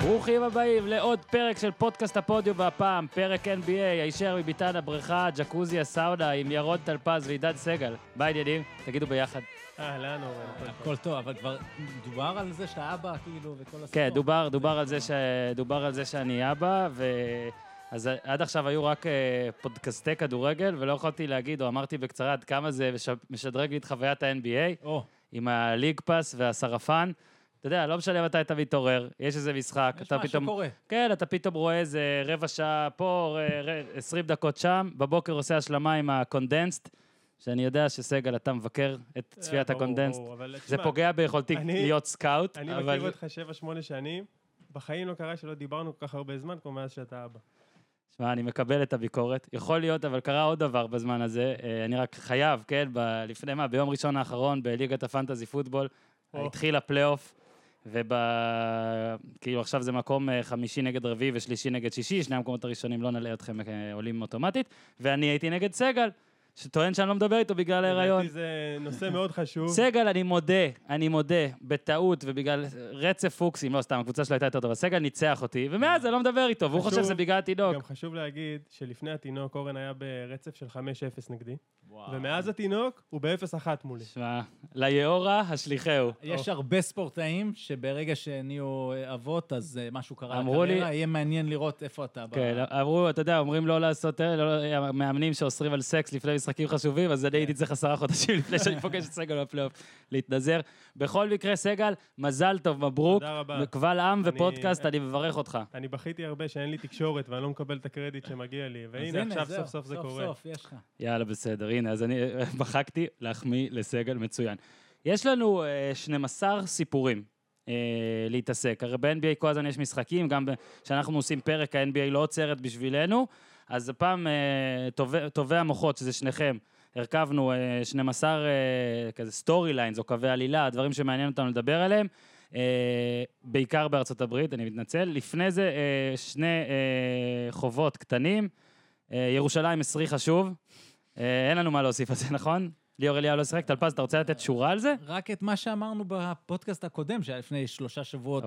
ברוכים הבאים לעוד פרק של פודקאסט הפודיום, והפעם פרק NBA, הישר מביתן הבריכה, ג'קוזי הסאונה עם ירון טלפז ועידן סגל. מה העניינים? תגידו ביחד. לנו, הכל טוב, אבל כבר דובר על זה שאתה אבא, כאילו, וכל הסיפור. כן, דובר על זה שאני אבא, אז עד עכשיו היו רק פודקאסטי כדורגל, ולא יכולתי להגיד, או אמרתי בקצרה עד כמה זה משדרג לי את חוויית ה-NBA, עם הליג פאס והסרפן. אתה יודע, לא משנה מתי אתה מתעורר, יש איזה משחק. יש מה שקורה. כן, אתה פתאום רואה איזה רבע שעה פה, 20 דקות שם, בבוקר עושה השלמה עם הקונדנסט, שאני יודע שסגל, אתה מבקר את צפיית הקונדנסט. זה פוגע ביכולתי להיות סקאוט. אני מכיר אותך 7-8 שנים, בחיים לא קרה שלא דיברנו כל כך הרבה זמן, כמו מאז שאתה אבא. שמע, אני מקבל את הביקורת. יכול להיות, אבל קרה עוד דבר בזמן הזה. אני רק חייב, כן, לפני מה, ביום ראשון האחרון, בליגת הפנטזי פוטבול, התחיל הפלייאוף, כאילו עכשיו זה מקום חמישי נגד רביעי ושלישי נגד שישי, שני המקומות הראשונים לא נעלה אתכם עולים אוטומטית, ואני הייתי נגד סגל, שטוען שאני לא מדבר איתו בגלל ההיריון. זה נושא מאוד חשוב. סגל, אני מודה, בטעות ובגלל רצף פוקסים, לא סתם, הקבוצה שלו הייתה יותר טובה, סגל ניצח אותי, ומאז אני לא מדבר איתו, והוא חושב שזה בגלל התינוק. גם חשוב להגיד שלפני התינוק, אורן היה ברצף של 5-0 נגדי, ומאז התינוק הוא ב-0-1 מולי. שמע, ליאורה השליחהו. יש הרבה ספורטאים שברגע שנהיו אבות, אז משהו קרה לקריירה, יהיה מעניין לראות איפה אתה. כן, אמרו, אתה יודע, אומרים לא לעשות, מאמנים שאוסרים על סקס לפני משחקים חשובים, אז אני הייתי צריך 10 חודשים לפני שאני פוגש את סגל בפלייאוף להתנזר. בכל מקרה, סגל, מזל טוב, מברוק, וקבל עם ופודקאסט, אני מברך אותך. אני בכיתי הרבה שאין לי תקשורת, ואני לא מקבל את הקרדיט שמגיע לי, והנה עכשיו סוף סוף זה קורה. סוף יש לך. יאללה, בסדר, הנה, אז אני בחקתי להחמיא לסגל מצוין. יש לנו 12 סיפורים להתעסק, הרי ב-NBA כל הזמן יש משחקים, גם כשאנחנו עושים פרק, ה-NBA לא עוצרת בשבילנו, אז הפעם טובי המוחות, שזה שניכם, הרכבנו 12 כזה סטורי ליינס, או קווי עלילה, דברים שמעניין אותנו לדבר עליהם, בעיקר בארצות הברית, אני מתנצל. לפני זה שני חובות קטנים, ירושלים מסרי חשוב, אין לנו מה להוסיף על זה, נכון? ליאור אליהו לא שחק, טלפז, אתה רוצה לתת שורה על זה? רק את מה שאמרנו בפודקאסט הקודם, שהיה לפני 3 שבועות,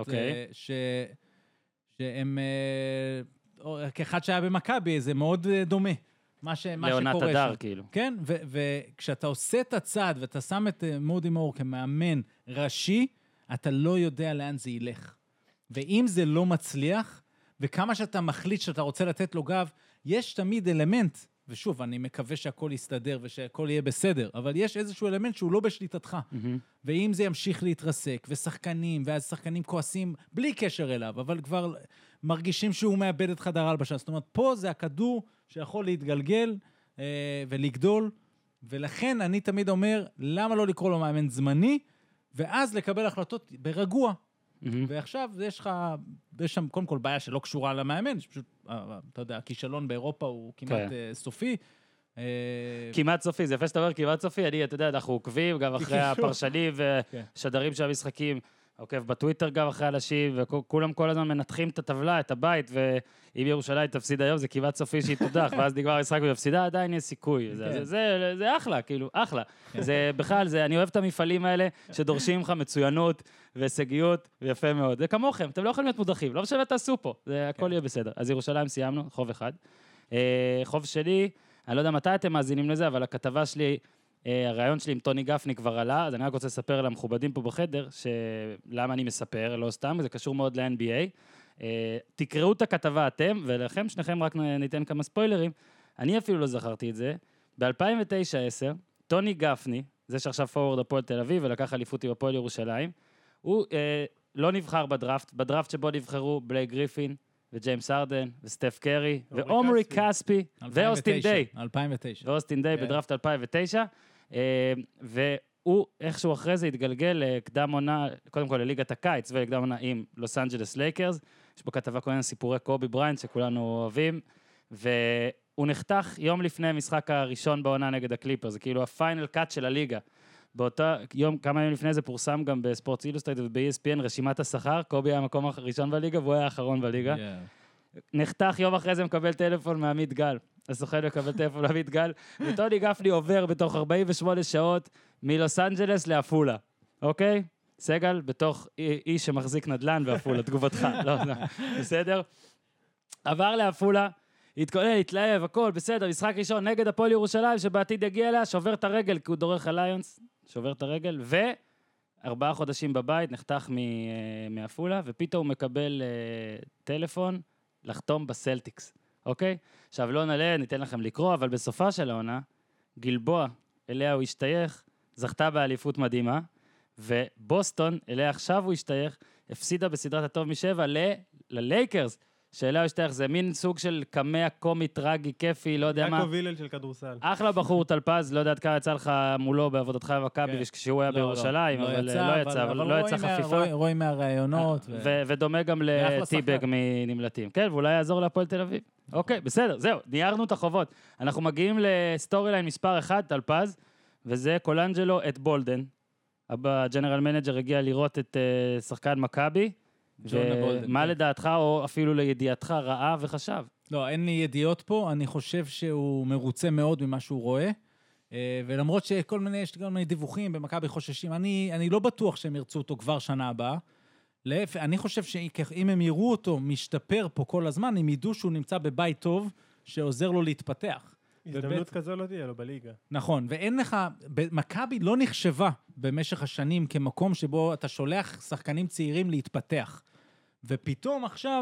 שהם, כאחד שהיה במכבי, זה מאוד דומה. מה שקורה לעונת הדר, כאילו. כן, וכשאתה עושה את הצעד, ואתה שם את מודי מאור כמאמן ראשי, אתה לא יודע לאן זה ילך. ואם זה לא מצליח, וכמה שאתה מחליט שאתה רוצה לתת לו גב, יש תמיד אלמנט, ושוב, אני מקווה שהכל יסתדר ושהכל יהיה בסדר, אבל יש איזשהו אלמנט שהוא לא בשליטתך. ואם זה ימשיך להתרסק, ושחקנים, ואז שחקנים כועסים בלי קשר אליו, אבל כבר מרגישים שהוא מאבד את חדר הלבשה. זאת אומרת, פה זה הכדור שיכול להתגלגל ולגדול, ולכן אני תמיד אומר, למה לא לקרוא לו מאמן זמני, ואז לקבל החלטות ברגוע. ועכשיו יש שם קודם כל בעיה שלא קשורה למאמן, שפשוט, אתה יודע, הכישלון באירופה הוא כמעט סופי. כמעט סופי, זה יפה שאתה אומר כמעט סופי, אתה יודע, אנחנו עוקבים גם אחרי הפרשנים ושדרים של המשחקים, עוקב בטוויטר גם אחרי אנשים, וכולם כל הזמן מנתחים את הטבלה, את הבית, ואם ירושלים תפסיד היום, זה כמעט סופי שהיא תודח, ואז נגמר המשחק ויפסידה, עדיין יש סיכוי. זה אחלה, כאילו, אחלה. זה בכלל, אני אוהב את המפעלים האלה, שדורשים לך מצוינות והישגיות, ויפה מאוד. זה כמוכם, אתם לא יכולים להיות מודחים, לא משנה תעשו פה, זה הכל יהיה בסדר. אז ירושלים סיימנו, חוב אחד. חוב שלי, אני לא יודע מתי אתם מאזינים לזה, אבל הכתבה שלי, הרעיון שלי עם טוני גפני כבר עלה, אז אני רק רוצה לספר למכובדים פה בחדר, למה אני מספר, לא סתם, זה קשור מאוד ל-NBA. תקראו את הכתבה אתם, ולכם שניכם רק ניתן כמה ספוילרים, אני אפילו לא זכרתי את זה, ב-2009-10, טוני גפני, זה שעכשיו פורוורד הפועל תל אביב, ולקח אליפות עם הפועל ירושלים, הוא לא נבחר בדראפט שבו נבחרו בלייק גריפין, וג'יימס ארדן, וסטף קרי, ועומרי קספי, ואוסטין דיי. 2009. ואוסטין דיי בדראפט 2009, והוא איכשהו אחרי זה התגלגל לקדם עונה, קודם כל לליגת הקיץ, ולקדם עונה עם לוס אנג'לס לייקרס, יש בו כתבה כל מיני סיפורי קובי בריינט, שכולנו אוהבים, והוא נחתך יום לפני המשחק הראשון בעונה נגד הקליפר, זה כאילו הפיינל קאט של הליגה. באותה יום, כמה ימים לפני זה פורסם גם בספורטס אילוסטרייטד וב-ESPN רשימת השכר, קובי היה המקום הראשון בליגה, והוא היה האחרון בליגה. נחתך יום אחרי זה מקבל טלפון מעמית גל, הסוכן מקבל טלפון מעמית גל, וטוני גפני עובר בתוך 48 שעות מלוס אנג'לס לעפולה, אוקיי? סגל, בתוך איש שמחזיק נדל"ן בעפולה, תגובתך, לא, בסדר? עבר לעפולה, התכונן, התלהב, הכל, בסדר, משחק ראשון נגד הפועל ירושלים, שבעתיד יגיע אליה, שובר את הרגל, כי הוא דורך הליונס, שובר את הרגל, 4 חודשים בבית, נחתך מעפולה, ופתאום הוא מקבל טלפון לחתום בסלטיקס, אוקיי? עכשיו לא נעלה, ניתן לכם לקרוא, אבל בסופה של העונה, גלבוע, אליה הוא השתייך, זכתה באליפות מדהימה, ובוסטון, אליה עכשיו הוא השתייך, הפסידה בסדרת הטוב מ7 ללייקרס, שאליה הוא השתייך, זה מין סוג של קמע קומי טרגי, כיפי, לא יודע מה. יעקב הלל של כדורסל. אחלה בחור טלפז, לא יודעת כמה יצא לך מולו בעבודתך במכבי, כשהוא היה בירושלים, אבל לא יצא חפיפה. רואים מהרעיונות. ודומה גם לטיבג מנמלטים. כן, ואולי יעזור להפועל תל אביב. אוקיי, בסדר, זהו, ניירנו את החובות. אנחנו מגיעים לסטורי ליין מספר 1, טלפז, וזה קולנג'לו את בולדן. הג'נרל מנג'ר הגיע לראות את שחקן מכבי, ומה לדעתך, או אפילו לידיעתך, ראה וחשב? לא, אין לי ידיעות פה, אני חושב שהוא מרוצה מאוד ממה שהוא רואה, ולמרות שיש כל מיני דיווחים במכבי חוששים, אני לא בטוח שהם ירצו אותו כבר שנה הבאה, אני חושב שאם הם יראו אותו משתפר פה כל הזמן, הם ידעו שהוא נמצא בבית טוב, שעוזר לו להתפתח. הזדמנות כזו לא תהיה לו בליגה. נכון, ואין לך, מכבי לא נחשבה במשך השנים כמקום שבו אתה שולח שחקנים צעירים להתפתח. ופתאום עכשיו,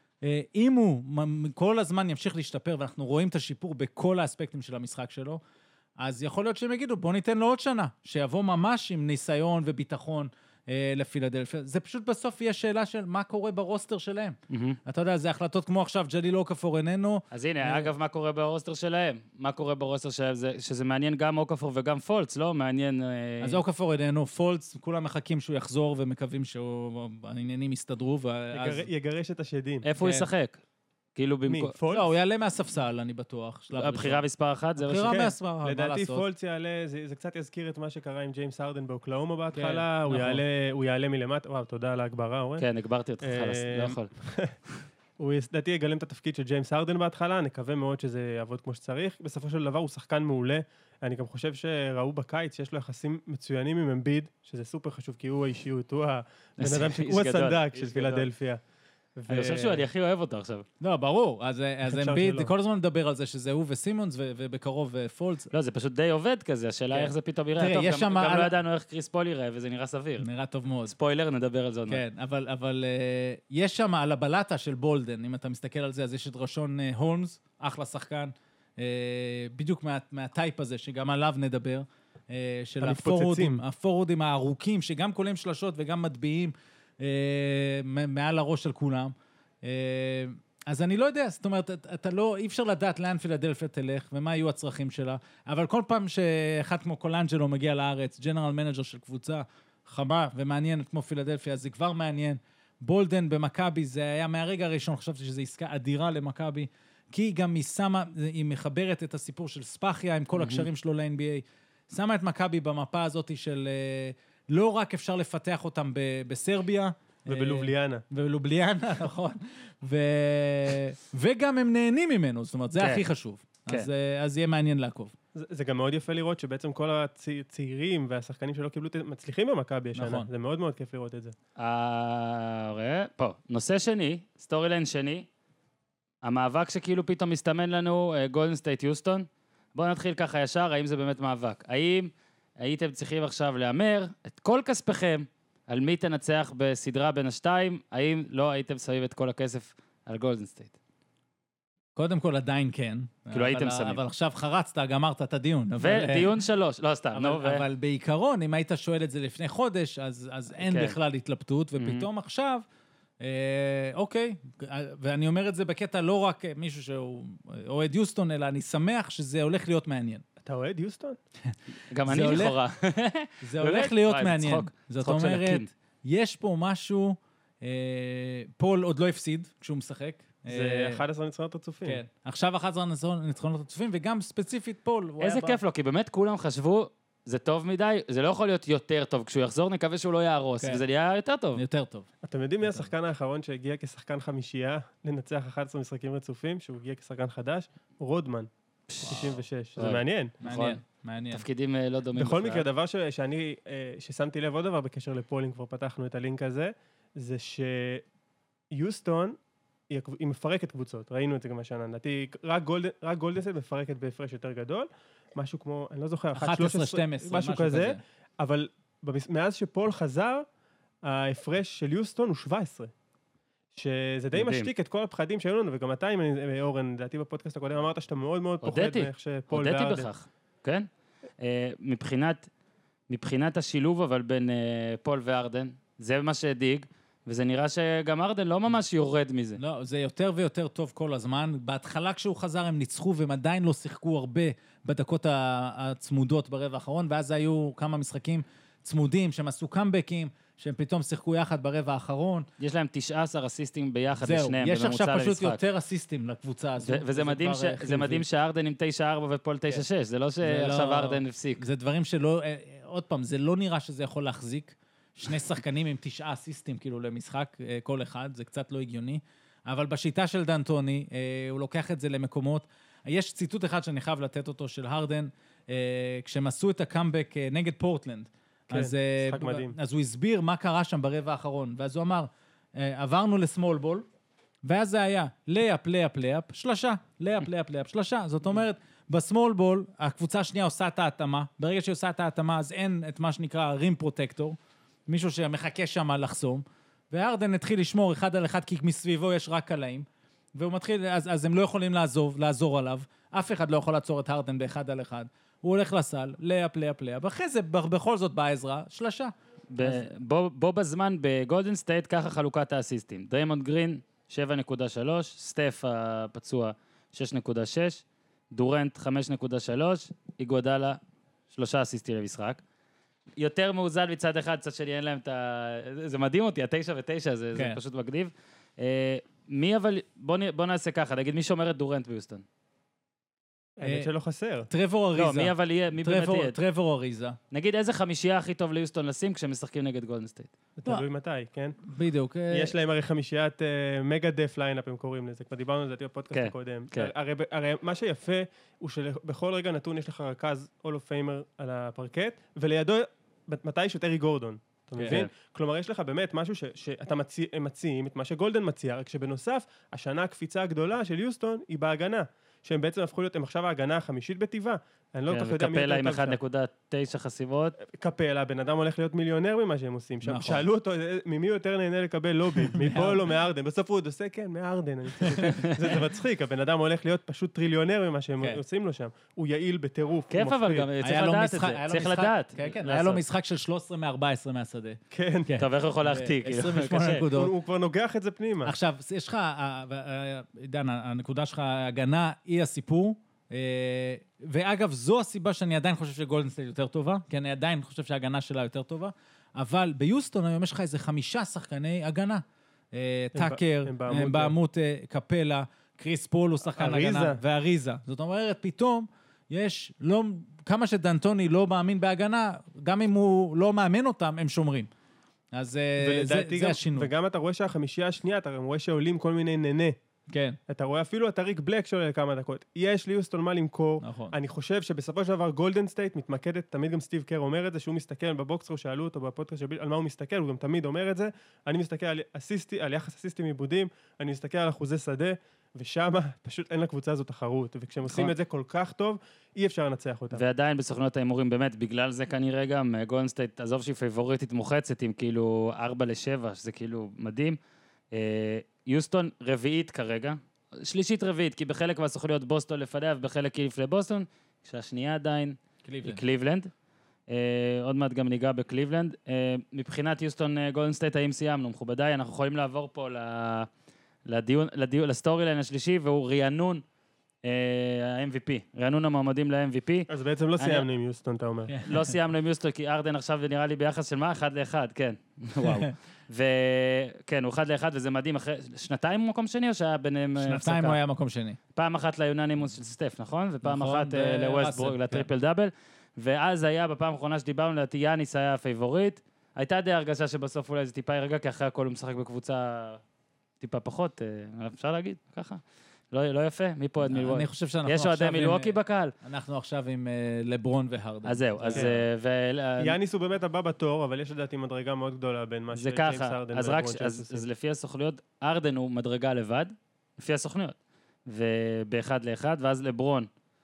אם הוא כל הזמן ימשיך להשתפר, ואנחנו רואים את השיפור בכל האספקטים של המשחק שלו, אז יכול להיות שהם יגידו, בוא ניתן לו עוד שנה, שיבוא ממש עם ניסיון וביטחון לפילדלפיה. זה פשוט בסוף יהיה שאלה של מה קורה ברוסטר שלהם. אתה יודע, זה החלטות כמו עכשיו, ג'ליל אוקפור איננו. אז הנה, אגב, מה קורה ברוסטר שלהם? מה קורה ברוסטר שלהם? שזה מעניין גם אוקפור וגם פולץ, לא? מעניין... אז אוקפור איננו, פולץ, כולם מחכים שהוא יחזור ומקווים שהעניינים יסתדרו. יגרש את השדים. איפה הוא ישחק? כאילו במקום... לא, הוא יעלה מהספסל, אני בטוח. הבחירה מספר 1, זה מה הבחירה מספר 1, לדעתי פולץ יעלה, זה קצת יזכיר את מה שקרה עם ג'יימס הרדן באוקלאומה בהתחלה, הוא יעלה מלמטה, וואו, תודה על ההגברה, אורן. כן, הגברתי אותך, לא יכול. הוא לדעתי יגלם את התפקיד של ג'יימס הרדן בהתחלה, נקווה מאוד שזה יעבוד כמו שצריך, בסופו של דבר הוא שחקן מעולה, אני גם חושב שראו בקיץ שיש לו יחסים מצוינים עם אמביד, שזה סופר חשוב, כי הוא האישיות, הוא הסנדק של פילדלפיה. אני חושב שהוא, אני הכי אוהב אותו עכשיו. לא, ברור. אז אמביד, כל הזמן מדבר על זה שזה הוא וסימונס, ובקרוב פולץ. לא, זה פשוט די עובד כזה, השאלה איך זה פתאום יראה. טוב, גם לא ידענו איך קריס פול יראה, וזה נראה סביר. נראה טוב מאוד. ספוילר, נדבר על זה עוד מעט. כן, אבל יש שם על הבלטה של בולדן, אם אתה מסתכל על זה, אז יש את ראשון הולמס, אחלה שחקן, בדיוק מהטייפ הזה, שגם עליו נדבר, של הפורודים הארוכים, שגם קולים שלשות וגם מטביעים, מעל הראש של כולם. אז אני לא יודע, זאת אומרת, אי אפשר לדעת לאן פילדלפיה תלך, ומה יהיו הצרכים שלה, אבל כל פעם שאחד כמו קולנג'לו מגיע לארץ, ג'נרל מנג'ר של קבוצה חמה ומעניינת כמו פילדלפיה, זה כבר מעניין. בולדן במכבי, זה היה מהרגע הראשון, חשבתי שזו עסקה אדירה למכבי, כי גם היא מחברת את הסיפור של ספחיה, עם כל הקשרים שלו ל-NBA, שמה את מכבי במפה הזאת של... לא רק אפשר לפתח אותם בסרביה. ובלובליאנה. ובלובליאנה, נכון. וגם הם נהנים ממנו, זאת אומרת, זה הכי חשוב. אז יהיה מעניין לעקוב. זה גם מאוד יפה לראות שבעצם כל הצעירים והשחקנים שלא קיבלו מצליחים במכבי השנה. זה מאוד מאוד כיף לראות את זה. פה, נושא שני, סטורי ליין שני, המאבק שכאילו פתאום מסתמן לנו, גולדן סטייט יוסטון. בואו נתחיל ככה ישר, האם זה באמת מאבק? האם הייתם צריכים עכשיו לאמר את כל כספכם על מי תנצח בסדרה בין השתיים, האם לא הייתם שמים את כל הכסף על גולדן סטייט? קודם כל עדיין כן. כאילו הייתם שמים. אבל עכשיו חרצת, גמרת את הדיון. ודיון 3, לא סתם. אבל בעיקרון, אם היית שואל את זה לפני חודש, אז אין בכלל התלבטות, ופתאום עכשיו, אוקיי, ואני אומר את זה בקטע לא רק מישהו שהוא אוהד יוסטון, אלא אני שמח שזה הולך להיות מעניין. אתה אוהד יוסטון? גם אני לכאורה. זה הולך להיות מעניין. זאת אומרת, יש פה משהו, פול עוד לא הפסיד כשהוא משחק. זה 11 ניצחונות רצופים. כן, עכשיו 11 ניצחונות רצופים, וגם ספציפית פול. איזה כיף לו, כי באמת כולם חשבו, זה טוב מדי, זה לא יכול להיות יותר טוב. כשהוא יחזור, נקווה שהוא לא יערוס, וזה נהיה יותר טוב. יותר טוב. אתם יודעים מי השחקן האחרון שהגיע כשחקן חמישייה לנצח 11 משחקים רצופים, שהוא הגיע כשחקן חדש? רודמן, 96. זה מעניין. מעניין. מעניין. תפקידים לא דומים. בכל מקרה, דבר ששמתי לב עוד דבר בקשר לפולינג, כבר פתחנו את הלינק הזה, זה שיוסטון, היא מפרקת קבוצות, ראינו את זה גם השנה, לדעתי, רק גולדנסט מפרקת בהפרש יותר גדול, משהו כמו, אני לא זוכר, 11-12, משהו כזה, אבל מאז שפול חזר, ההפרש של יוסטון הוא 17. שזה די משתיק את כל הפחדים שהיו לנו, וגם אתה, אורן, לדעתי בפודקאסט הקודם, אמרת שאתה מאוד מאוד פוחד מאיך שפול וארדן. הודיתי בכך, כן? מבחינת השילוב, אבל בין פול וארדן, זה מה שהדיג, וזה נראה שגם ארדן לא ממש יורד מזה. לא, זה יותר ויותר טוב כל הזמן. בהתחלה כשהוא חזר הם ניצחו, והם עדיין לא שיחקו הרבה בדקות הצמודות ברבע האחרון, ואז היו כמה משחקים צמודים, שהם עשו קאמבקים, שהם פתאום שיחקו יחד ברבע האחרון. יש להם 19 אסיסטים ביחד לשניהם, בממוצע למשחק. יש עכשיו פשוט יותר אסיסטים לקבוצה הזו. וזה מדהים שארדן עם 9-4 ופול 9-6, זה לא שעכשיו ארדן הפסיק. זה דברים שלא, עוד פעם, זה לא נראה שזה יכול להחזיק. שני שחקנים עם 9 אסיסטים כאילו למשחק, כל אחד, זה קצת לא הגיוני. אבל בשיטה של דנטוני, הוא לוקח את זה למקומות. יש ציטוט אחד שאני חייב לתת אותו של הרדן, כשהם עשו את הקאמבק נגד פורטלנד. כן, משחק מדהים. אז הוא הסביר מה קרה שם ברבע האחרון, ואז הוא אמר, עברנו לסמול בול, ואז זה היה לייפ, שלשה, לייפ, שלשה. זאת אומרת, בסמול בול, הקבוצה השנייה עושה את ההתאמה, ברגע שהיא עושה את ההתאמה, אז אין את מה שנקרא רים פרוטקטור, מישהו שמחכה שם לחסום, והרדן התחיל לשמור 1 על 1, כי מסביבו יש רק קלעים, והוא מתחיל, אז הם לא יכולים לעזור עליו, אף אחד לא יכול לעצור את הרדן ב1 על 1, הוא הולך לסל, לייפ, ואחרי זה בכל זאת בעזרה, שלשה. בו בזמן בגולדן סטייט, ככה חלוקת האסיסטים. דריימונד גרין, 7.3, סטף הפצוע, 6.6, דורנט, 5.3, איגוודאלה, 3 אסיסטים למשחק. יותר מאוזן מצד אחד, צד שני אין להם את ה... זה מדהים אותי, 9 ו9, זה פשוט מגניב. מי אבל... בוא נעשה ככה, נגיד מי שומר את דורנט ביוסטון. האמת שלא חסר. טרוור אריזה. לא, מי אבל יהיה, מי באמת יהיה? טרוור אריזה. נגיד איזה חמישייה הכי טוב ליוסטון לשים כשהם משחקים נגד גולדן סטייט. תלוי מתי, כן? בדיוק. יש להם הרי חמישיית מגה דף ליינאפ, הם קוראים לזה, כבר דיברנו על זה בפודקאסט הקודם. הרי מה שיפה הוא שבכל רגע נתון יש לך רכז הול אוף פיימר על הפרקט, ולידו מתי יש יותר גורדון. אתה מבין? כלומר, יש לך באמת משהו שאתה מציעים את מה שגולדן מציע, רק שבנוסף, השנה הקפיצה הגדולה של יוסטון היא בהגנה. שהם בעצם הפכו להיות, הם עכשיו ההגנה החמישית בטבעה. אני לא כל כך יודע מי יותר טוב שם. קפלה עם 1.9 חסיבות. קפלה, בן אדם הולך להיות מיליונר ממה שהם עושים. שאלו אותו, ממי יותר נהנה לקבל לובי? מפול או מארדן? בסוף הוא עוד עושה, כן, מארדן. זה מצחיק, הבן אדם הולך להיות פשוט טריליונר ממה שהם עושים לו שם. הוא יעיל בטירוף. כיף אבל גם, צריך לדעת את זה. צריך לדעת. כן, היה לו משחק של 13 מ-14 מהשדה. כן. טוב, איך הוא יכול להחתיק? 28 נקודות. הוא כבר נוגח את זה פנימה. עכשיו, יש לך, עידן, הנקודה שלך, הגנה היא הסיפור, ואגב, זו הסיבה שאני עדיין חושב שגולדן סטייט יותר טובה, כי אני עדיין חושב שההגנה שלה יותר טובה, אבל ביוסטון היום יש לך איזה 5 שחקני הגנה. טאקר, בעמות קפלה, קריס פול הוא שחקן הגנה, ואריזה. זאת אומרת, פתאום יש, כמה שדנטוני לא מאמין בהגנה, גם אם הוא לא מאמן אותם, הם שומרים. אז זה השינוי. וגם אתה רואה שהחמישייה השנייה, אתה רואה שעולים כל מיני ננה. כן. אתה רואה אפילו את אריק בלק שעולה לכמה דקות. יש לי יוסטון מה למכור. נכון. אני חושב שבסופו של דבר גולדן סטייט מתמקדת, תמיד גם סטיב קר אומר את זה, שהוא מסתכל בבוקסרו, שאלו אותו בפודקאסט על מה הוא מסתכל, הוא גם תמיד אומר את זה. אני מסתכל על יחס אסיסטים עיבודים, אני מסתכל על אחוזי שדה, ושם פשוט אין לקבוצה הזו תחרות. וכשהם עושים את זה כל כך טוב, אי אפשר לנצח אותם. ועדיין בסוכנות ההימורים, באמת, בגלל זה כנראה גם גולדן סטייט, עזוב שהיא פייבוריטית מוחצת עם כאילו 4-7, שזה כאילו מדהים. יוסטון רביעית כרגע, שלישית רביעית, כי בחלק מהסוכנויות בוסטון לפניה, ובחלק היא לפני בוסטון, כשהשנייה עדיין היא קליבלנד. עוד מעט גם ניגע בקליבלנד. מבחינת יוסטון גולדן סטייט, האם סיימנו? מכובדיי, אנחנו יכולים לעבור פה לסטורי ליין השלישי, והוא רענון ה-MVP, רענון המועמדים ל-MVP. אז בעצם לא סיימנו עם יוסטון, אתה אומר. לא סיימנו עם יוסטון, כי ארדן עכשיו נראה לי ביחס של מה? 1-1, כן. וואו. וכן, הוא 1-1, וזה מדהים. שנתיים הוא מקום שני, או שהיה ביניהם הפסקה? שנתיים הוא היה מקום שני. פעם אחת ליוננימוס של סטף, נכון? ופעם אחת לווסטברוק, לטריפל דאבל. ואז היה, בפעם האחרונה שדיברנו, לדעתי יאניס היה הפייבוריט. הייתה די הרגשה שבסוף אולי זה טיפה ירגע, כי אחרי הכל הוא משחק בקבוצה טיפה פחות, אפשר להגיד, ככה. לא יפה? מי פה עד מילווקי? אני חושב שאנחנו יש אוהדי מילווקי בקהל? אנחנו עכשיו עם לברון והרדן. אז זהו, אז... יאניס הוא באמת הבא בתור, אבל יש לדעתי מדרגה מאוד גדולה בין מה זה שג'יימס ככה, הרדן אז לפי הסוכניות, ארדן הוא מדרגה לבד, לפי הסוכניות, וב-1 ל-1, ואז לברון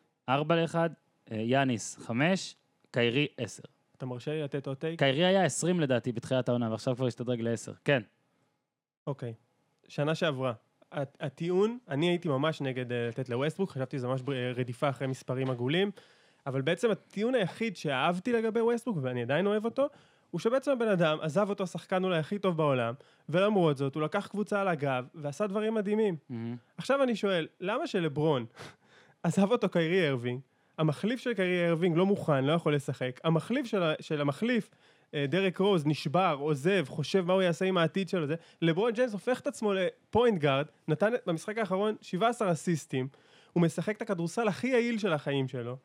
4 ל-1, יאניס 5, קיירי 10. אתה מרשה לי לתת עוד טייק? קיירי היה 20 לדעתי בתחילת העונה, ועכשיו כבר השתדרג ל-10. כן. אוקיי. שנה שעברה. הטיעון, אני הייתי ממש נגד לתת לווסטברוק, חשבתי שזה ממש רדיפה אחרי מספרים עגולים, אבל בעצם הטיעון היחיד שאהבתי לגבי ווסטברוק, ואני עדיין אוהב אותו, הוא שבעצם הבן אדם עזב אותו שחקן אולי הכי טוב בעולם, ולמרות זאת הוא לקח קבוצה על הגב, ועשה דברים מדהימים. עכשיו אני שואל, למה שלברון עזב אותו קיירי ארווינג, המחליף של קיירי ארווינג לא מוכן, לא יכול לשחק, המחליף של המחליף, דרק רוז, נשבר, עוזב, חושב מה הוא יעשה עם העתיד שלו, זה. לברון ג'יימס הופך את עצמו לפוינט גארד, נתן במשחק האחרון 17 אסיסטים, הוא משחק את הכדורסל הכי יעיל של החיים שלו.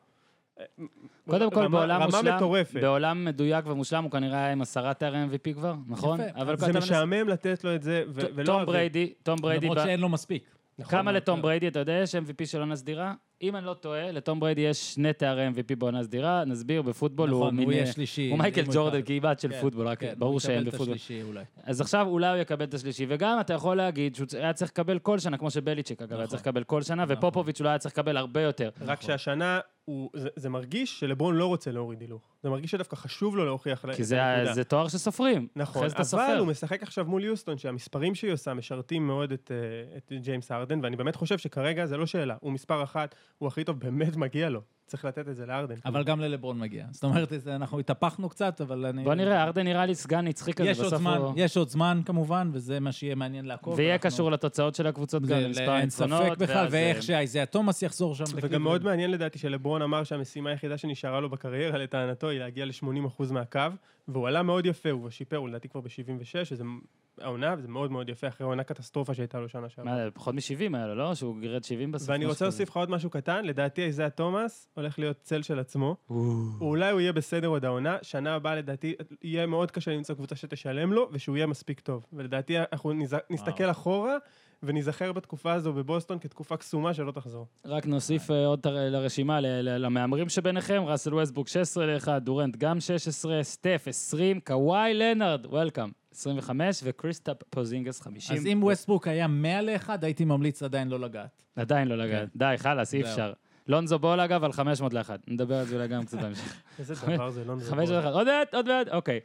קודם כל, בעולם מושלם, מטורפת. בעולם מדויק ומושלם, הוא כנראה היה עם 10 תארי MVP כבר, נכון? זה משעמם לתת לו את זה, תום בריידי, למרות שאין לו מספיק. כמה לתום בריידי, אתה יודע, יש MVP של עונה סדירה? אם אני לא טועה, לתום בריידי יש 2 תארי MVP בעונה סדירה, נסביר, בפוטבול הוא מייקל ג'ורדן, כמעט של פוטבול, רק ברור שאין בפוטבול. אז עכשיו אולי הוא יקבל את השלישי, וגם אתה יכול להגיד שהוא היה צריך לקבל כל שנה, כמו שבליצ'יק אגב, היה צריך לקבל כל שנה, ופופוביץ' אולי היה צריך לקבל הרבה יותר. רק שהשנה, זה מרגיש שלברון לא רוצה להוריד הילוך. זה מרגיש שדווקא חשוב לו להוכיח. כי זה תואר שסופרים. נכון, אבל הוא משחק עכשיו מול יוסטון, שהמספרים שהיא עושה משרתים מאוד את ג'יימס הרדן, ואני באמת חושב שכרגע זה לא שאלה. הוא מספר 1, הוא הכי טוב, באמת מגיע לו. צריך לתת את זה להרדן. אבל גם ללברון מגיע. זאת אומרת, אנחנו התהפכנו קצת, אבל אני... בוא נראה, הרדן נראה לי סגן נצחי כזה. יש עוד זמן כמובן, וזה מה שיהיה מעניין לעקוב. ויהיה קשור לתוצאות של הקבוצות גם, למספר הניצחונות. בכלל, ואיך שאיזיה תומאס יחזור שם. וגם מאוד מעניין לדעתי שלברון אמר שהמשימה היחידה שנשארה לו בקריירה, לטענתו, היא להגיע ל-80% מהקו, והוא עלה מאוד יפה, הוא שיפר, הוא לדעתי כבר ב-76, שזה העונה, וזה מאוד מאוד יפה, אחרי העונה קטסטרופה שהייתה לו שנה שעברה. פחות מ-70 היה לו, לא? שהוא גירד 70 בסוף. ואני רוצה להוסיף לך עוד משהו קטן, לדעתי איזיה תומאס הולך להיות צל של עצמו, אולי הוא יהיה בסדר עוד העונה, שנה הבאה לדעתי יהיה מאוד קשה למצוא קבוצה שתשלם לו, ושהוא יהיה מספיק טוב, ולדעתי אנחנו נסתכל אחורה, ונזכר בתקופה הזו בבוסטון כתקופה קסומה שלא תחזור. רק נוסיף עוד לרשימה, למאמרים שביניכם, ראסל ווסטברוק 16 ל-1, דורנט גם 16, סטף 20, קוואי לנארד, וולקאם, 25, וקריסטאפ פוזינגס 50. אז אם ווסטברוק היה 100 ל-1, הייתי ממליץ עדיין לא לגעת. עדיין לא לגעת. די, חלאס, אי אפשר. לונזו בול אגב על 500 ל-1. נדבר על זה אולי גם קצת בהמשך. איזה דבר זה לונזו בול. 500 ל-1, עוד מעט, אוקיי.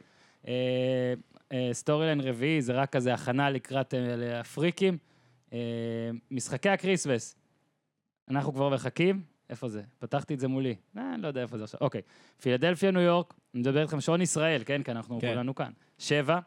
סטורי ליין רביעי, זה רק כזה הכנה לקראת הפריקים. משחקי הקריסמס, אנחנו כבר מחכים, איפה זה? פתחתי את זה מולי, לא יודע איפה זה עכשיו, אוקיי, פילדלפיה, ניו יורק, אני מדבר איתכם שעון ישראל, כן, כי אנחנו כולנו כאן, 7,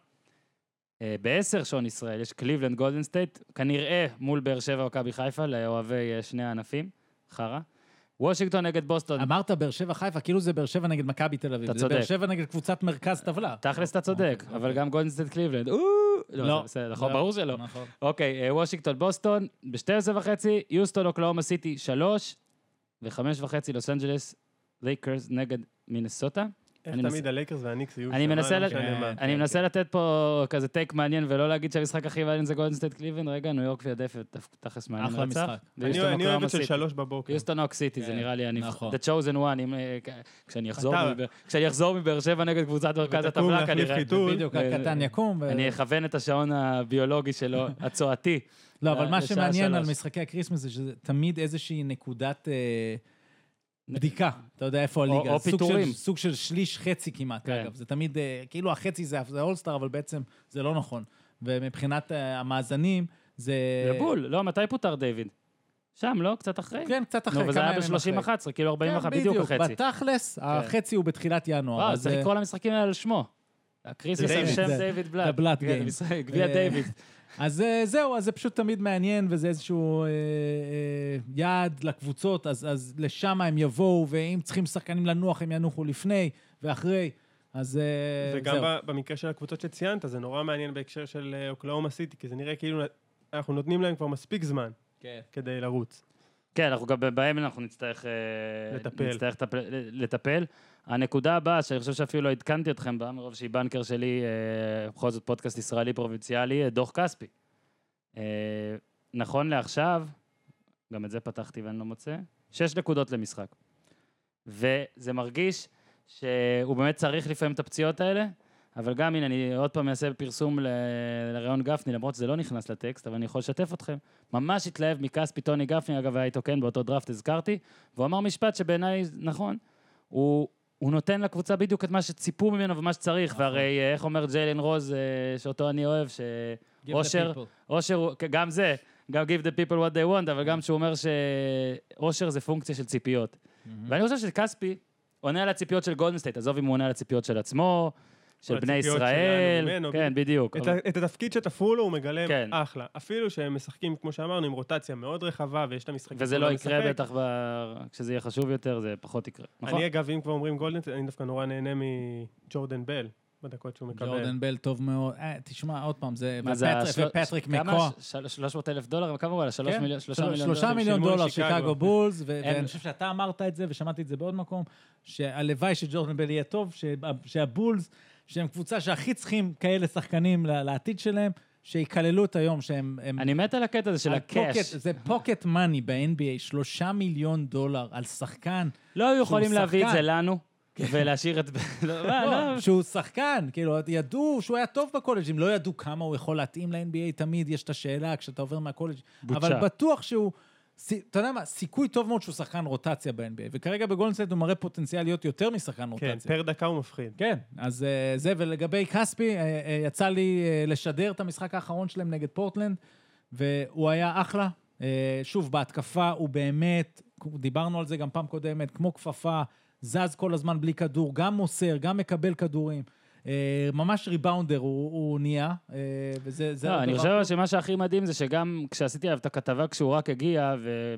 ב-10 שעון ישראל, יש קליבלנד גולדן סטייט, כנראה מול באר שבע מכבי חיפה, לאוהבי שני הענפים, חרה, וושינגטון נגד בוסטון. אמרת באר שבע חיפה, כאילו זה באר שבע נגד מכבי תל אביב, זה באר שבע נגד קבוצת מרכז טבלה. תכלס אתה צודק, אבל גם גולדן סטייט קליבלנד, לא, נכון, ברור שלא. אוקיי, וושינגטון, בוסטון, ב-12:30, יוסטון, אוקלאומה סיטי, 3, ו-5:30, לוס אנג'לס, לייקרס נגד מינסוטה. איך תמיד הלייקרס והניקס יהיו אני מנסה לתת פה כזה טייק מעניין, ולא להגיד שהמשחק הכי מעניין זה גולדן סטייט קליבלנד, רגע, ניו יורק פילדלפיה, תכלס מעניין רצח. אחלה משחק. אני אוהב את של 3 בבוקר. יוסטון אוק סיטי, זה נראה לי, The Chosen One, כשאני אחזור מבאר שבע נגד קבוצת מרכז הטבלה, כנראה. בדיוק, הקטן יקום. אני אכוון את השעון הביולוגי שלו, הצועתי. לא, אבל מה שמעניין על משחקי הקריסמס זה שזה תמיד איזושהי נקודת בדיקה, אתה יודע איפה הליגה. או פיתורים. סוג של שליש חצי כמעט, אגב. זה תמיד, כאילו החצי זה אולסטאר, אבל בעצם זה לא נכון. ומבחינת המאזנים, זה... בול, לא, מתי פוטר דיוויד? שם, לא? קצת אחרי? כן, קצת אחרי. וזה היה ב-30-11, כאילו 41, בדיוק החצי. בתכלס, החצי הוא בתחילת ינואר. אז צריך לקרוא למשחקים האלה על שמו. הקריסמס על שם דיוויד בלאט. בלאט גיים. גביע דיוויד. אז זהו, אז זה פשוט תמיד מעניין, וזה איזשהו יעד לקבוצות, אז לשם הם יבואו, ואם צריכים שחקנים לנוח, הם ינוחו לפני ואחרי, אז זהו. וגם במקרה של הקבוצות שציינת, זה נורא מעניין בהקשר של אוקלאומה סיטי, כי זה נראה כאילו אנחנו נותנים להם כבר מספיק זמן כדי לרוץ. כן, אנחנו גם בהם אנחנו נצטרך לטפל. הנקודה הבאה, שאני חושב שאפילו לא עדכנתי אתכם בה, מרוב שהיא בנקר שלי, בכל זאת פודקאסט ישראלי פרובינציאלי, דוח כספי. נכון לעכשיו, גם את זה פתחתי ואני לא מוצא. 6 נקודות למשחק. וזה מרגיש שהוא באמת צריך לפעמים את הפציעות האלה, אבל גם, הנה, אני עוד פעם אעשה פרסום לרעיון גפני, למרות שזה לא נכנס לטקסט, אבל אני יכול לשתף אתכם. ממש התלהב מכספי טוני גפני, אגב, היה איתו כן, באותו דראפט הזכרתי, והוא אמר משפט שבעיניי נכון, הוא נותן לקבוצה בדיוק את מה שציפו ממנו ומה שצריך, והרי איך אומר ג'יילן רוז, שאותו אני אוהב, שאושר, גם זה, גם give the people what they want, אבל גם שהוא אומר שאושר זה פונקציה של ציפיות. ואני חושב שכספי עונה על הציפיות של גולדן סטייט, עזוב אם הוא עונה על הציפיות של עצמו, של בני ישראל, כן, בדיוק. את התפקיד שתפרו לו הוא מגלם אחלה. אפילו שהם משחקים, כמו שאמרנו, עם רוטציה מאוד רחבה, ויש את המשחקים. וזה לא יקרה בטח, כשזה יהיה חשוב יותר, זה פחות יקרה. אני אגב, אם כבר אומרים גולדן, אני דווקא נורא נהנה מג'ורדן בל, בדקות שהוא מקבל. ג'ורדן בל טוב מאוד. תשמע, עוד פעם, זה ופטריק מקו. $300,000, כמה הוא עלה? 3 מיליון דולר שיקגו בולס, ואני חושב שאתה אמרת את זה, ושמעתי את זה בעוד מקום, שהלוואי שג'ורדן בל יהיה טוב, שהבולס, שהם קבוצה שהכי צריכים כאלה שחקנים לעתיד שלהם, שיקללו את היום שהם... אני מת על הקטע הזה של הקאש. זה פוקט מאני ב-NBA, $3 מיליון על שחקן. לא היו יכולים להביא את זה לנו, ולהשאיר את... לא, שהוא שחקן, כאילו, ידעו שהוא היה טוב בקולג', אם לא ידעו כמה הוא יכול להתאים ל-NBA, תמיד יש את השאלה כשאתה עובר מהקולג', אבל בטוח שהוא... אתה יודע מה, סיכוי טוב מאוד שהוא שחקן רוטציה ב-NBA, וכרגע בגולדן סטייט הוא מראה פוטנציאל להיות יותר משחקן רוטציה. כן, פר דקה הוא מפחיד. כן, אז זה, ולגבי כספי, יצא לי לשדר את המשחק האחרון שלהם נגד פורטלנד, והוא היה אחלה. שוב, בהתקפה הוא באמת, דיברנו על זה גם פעם קודמת, כמו כפפה, זז כל הזמן בלי כדור, גם מוסר, גם מקבל כדורים. ממש ריבאונדר הוא נהיה, וזה... אני חושב שמה שהכי מדהים זה שגם כשעשיתי עליו את הכתבה כשהוא רק הגיע,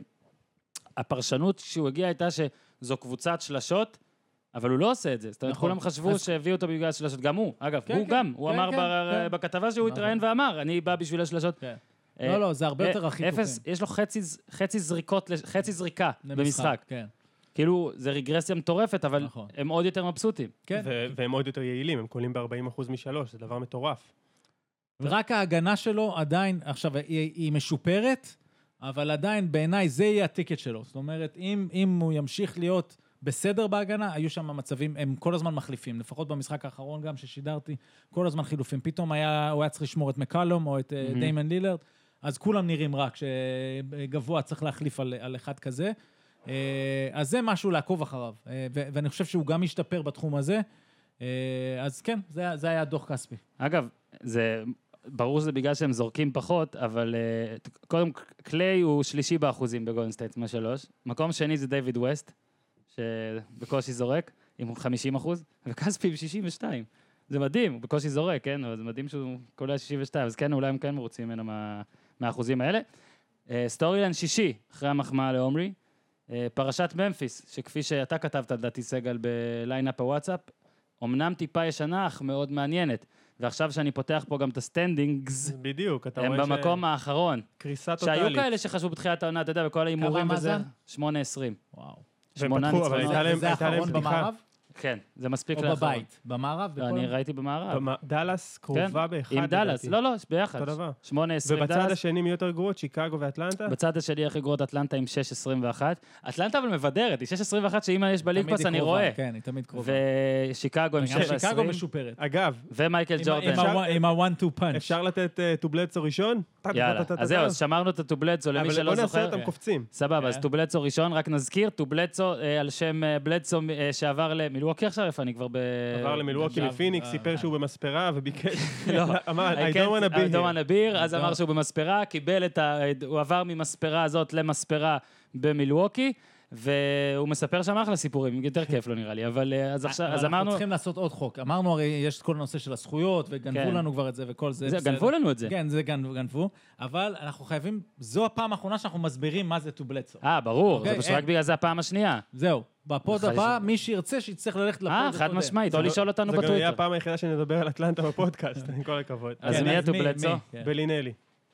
והפרשנות כשהוא הגיע הייתה שזו קבוצת שלשות, אבל הוא לא עושה את זה. זאת אומרת, כולם חשבו שהביאו אותו בגלל שלשות. גם הוא, אגב, הוא אמר בכתבה שהוא התראיין ואמר, אני בא בשביל השלשות. לא, זה הרבה יותר הכי טובים. יש לו חצי זריקה במשחק. כאילו, זה רגרסיה מטורפת, אבל הם עוד יותר מבסוטים. כן. והם עוד יותר יעילים, הם קולים ב-40% משלוש, זה דבר מטורף. ורק ההגנה שלו עדיין, עכשיו, היא משופרת, אבל עדיין בעיניי זה יהיה הטיקט שלו. זאת אומרת, אם הוא ימשיך להיות בסדר בהגנה, היו שם מצבים, הם כל הזמן מחליפים, לפחות במשחק האחרון גם ששידרתי, כל הזמן חילופים. פתאום הוא היה צריך לשמור את מקלום או את דיימן לילרד, אז כולם נראים רק שגבוה צריך להחליף על אחד כזה. אז זה משהו לעקוב אחריו, ואני חושב שהוא גם משתפר בתחום הזה, אז כן, זה היה דוח כספי. אגב, זה ברור שזה בגלל שהם זורקים פחות, אבל קודם קליי הוא שלישי באחוזים בגולדן סטייט מה-3, מקום שני זה דיוויד ווסט, שבקושי זורק, עם 50%, וכספי עם 62. זה מדהים, הוא בקושי זורק, כן? אבל זה מדהים שהוא קולע 62, אז כן, אולי הם כן מרוצים ממנו מהאחוזים האלה. סטורי-ליין שישי, אחרי המחמאה לעומרי, פרשת ממפיס, שכפי שאתה כתבת, לדעתי סגל בליינאפ הוואטסאפ, אמנם טיפה ישנה, אך מאוד מעניינת. ועכשיו שאני פותח פה גם את הסטנדינגס, בדיוק, אתה הם במקום האחרון. קריסה טוטלית. שהיו כאלה שחשבו בתחילת העונה, אתה יודע, בכל ההימורים וזה, 8-20. וואו. 8 ניצחונות. זה האחרון במערב? כן, זה מספיק או בבית, במערב? אני ראיתי במערב. דלס קרובה באחד. עם דלס, לא, ביחד. אותו דבר. 8-20 דלס. ובצד השני מי יותר גרועות, שיקגו ואטלנטה? בצד השני הכי גרועות אטלנטה עם 6-21. אטלנטה אבל מבדרת, היא 6-21 שאם יש בליג פאס אני רואה. כן, היא תמיד קרובה. ושיקגו עם 7-20. שיקגו משופרת. אגב. ומייקל ג'ורדן. עם ה-1-2 פאנץ'. אפשר לתת טובלצו ראשון? יאללה, אז זהו, אז שמרנו את הטובלצו למי שלא זוכר. אבל בוא נעשה אותם קופצים. סבבה, אז טובלצו ראשון, רק נזכיר, טובלצו על שם בלדסו שעבר למילווקי עכשיו, איפה אני כבר עבר למילווקי מפיניקס, סיפר שהוא במספרה וביקש, אמר, I don't want to be here, אז אמר שהוא במספרה, קיבל הוא עבר ממספרה הזאת למספרה במילווקי, והוא מספר שם אחלה סיפורים, יותר כיף לו נראה לי, אבל אז אמרנו... אנחנו צריכים לעשות עוד חוק, אמרנו הרי יש את כל הנושא של הזכויות, וגנבו לנו כבר את זה וכל זה. גנבו לנו את זה. כן, זה גנבו, אבל אנחנו חייבים, זו הפעם האחרונה שאנחנו מסבירים מה זה טובלצו. ברור, זה פשוט רק בגלל זה הפעם השנייה. זהו, בפוד הבא, מי שירצה שיצטרך ללכת לפוד הקודם. חד משמעית, או לשאול אותנו בטוויטר. זה גם יהיה הפעם היחידה שנדבר על אטלנטה בפודקאסט, עם כל הכבוד. אז מי הטובלצו? בלינלי.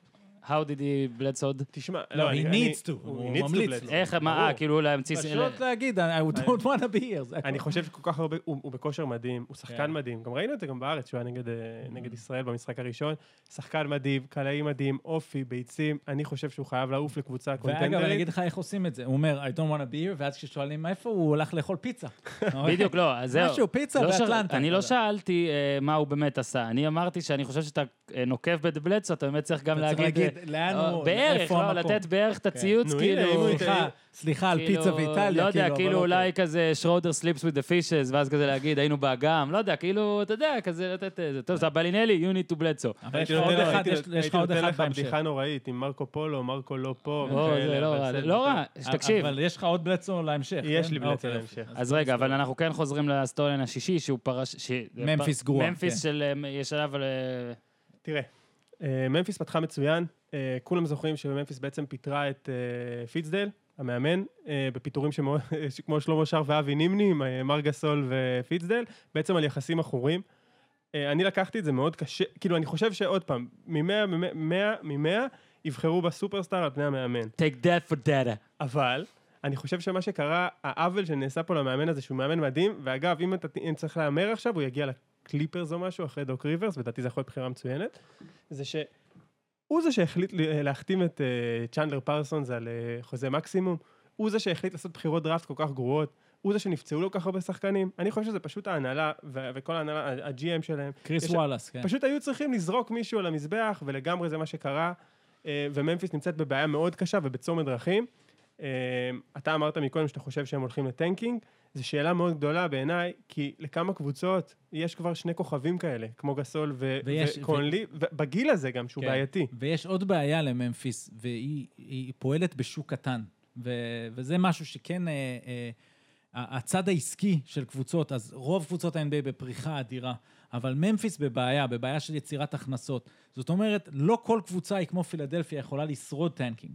How did he Bledsoe? תשמע, לא, he needs to. הוא ממליץ. איך, מה, כאילו להמציא... פשוט להגיד, I don't want to be here. אני חושב שכל כך הרבה, הוא בכושר מדהים, הוא שחקן מדהים. גם ראינו את זה גם בארץ, שהוא היה נגד ישראל במשחק הראשון. שחקן מדהים, קלעי מדהים, אופי, ביצים. אני חושב שהוא חייב לעוף לקבוצה קונטנדרית. ואגב, אני אגיד לך איך עושים את זה. הוא אומר, I don't want to be here, ואז כששואלים איפה, הוא הולך לאכול פיצה. בדיוק, לא, אז זהו. משהו, פיצה באטלנטה. אני לא שאלתי מה הוא באמת עשה. אני אמרתי שאני חושב שאתה נוקב בבלדסו, אתה באמת צריך גם להגיד... לאן הוא... בערך, לא, לתת בערך את הציוץ, כאילו... סליחה, על פיצה ואיטליה, לא יודע, כאילו אולי כזה שרודר סליפס with the fishes, ואז כזה להגיד, היינו באגם, לא יודע, כאילו, אתה יודע, כזה לתת... טוב, זה בלינלי, you need to Bledsoe. אבל יש לך עוד אחד בהמשך. הייתי נותן לך בדיחה נוראית, עם מרקו פולו, מרקו לא פה. זה לא רע, תקשיב. אבל יש לך עוד בלדסו להמשך. יש לי בלדסו להמשך. אז רגע, אבל אנחנו כן חוזרים לסטוריין השישי, שהוא פרש... ממפיס גרועה. ממפיס של... יש עליו... תראה, ממפיס פתחה מצוין, כולם זוכרים שממפיס בעצם פיטרה את פיטסדייל, המאמן, בפיטורים כמו שלמה שר ואבי נימני, עם מר גסול ופיטסדייל, בעצם על יחסים אחורים. אני לקחתי את זה מאוד קשה, כאילו אני חושב שעוד פעם, מ-100 יבחרו בסופרסטאר על פני המאמן. Take that for data. אבל אני חושב שמה שקרה, העוול שנעשה פה למאמן הזה, שהוא מאמן מדהים, ואגב, אם צריך להאמר עכשיו, הוא יגיע לקליפרס או משהו, אחרי דוק ריברס, ודעתי זה יכול להיות בחירה מצוינת, זה שהוא זה שהחליט להחתים את צ'נדלר פרסונס על חוזה מקסימום, הוא זה שהחליט לעשות בחירות דראפט כל כך גרועות, הוא זה שנפצעו לו כך הרבה שחקנים, אני חושב שזה פשוט ההנהלה, וכל ההנהלה, ה-GM שלהם. קריס וואלאס, כן. פשוט היו צריכים לזרוק מישהו על המזבח, ולגמרי זה מה שקרה, וממפיס נמצאת בבעיה מאוד קשה ובצומת דרכים. אתה אמרת מקודם שאתה חושב שהם הולכים לטנקינג, זו שאלה מאוד גדולה בעיניי, כי לכמה קבוצות יש כבר 2 כוכבים כאלה, כמו גסול וקונלי, בגיל הזה גם, שהוא בעייתי. ויש עוד בעיה לממפיס, והיא פועלת בשוק קטן, וזה משהו שכן, הצד העסקי של קבוצות, אז רוב קבוצות ה-NBA בפריחה אדירה, אבל ממפיס בבעיה של יצירת הכנסות. זאת אומרת, לא כל קבוצה היא כמו פילדלפיה יכולה לשרוד טנקינג,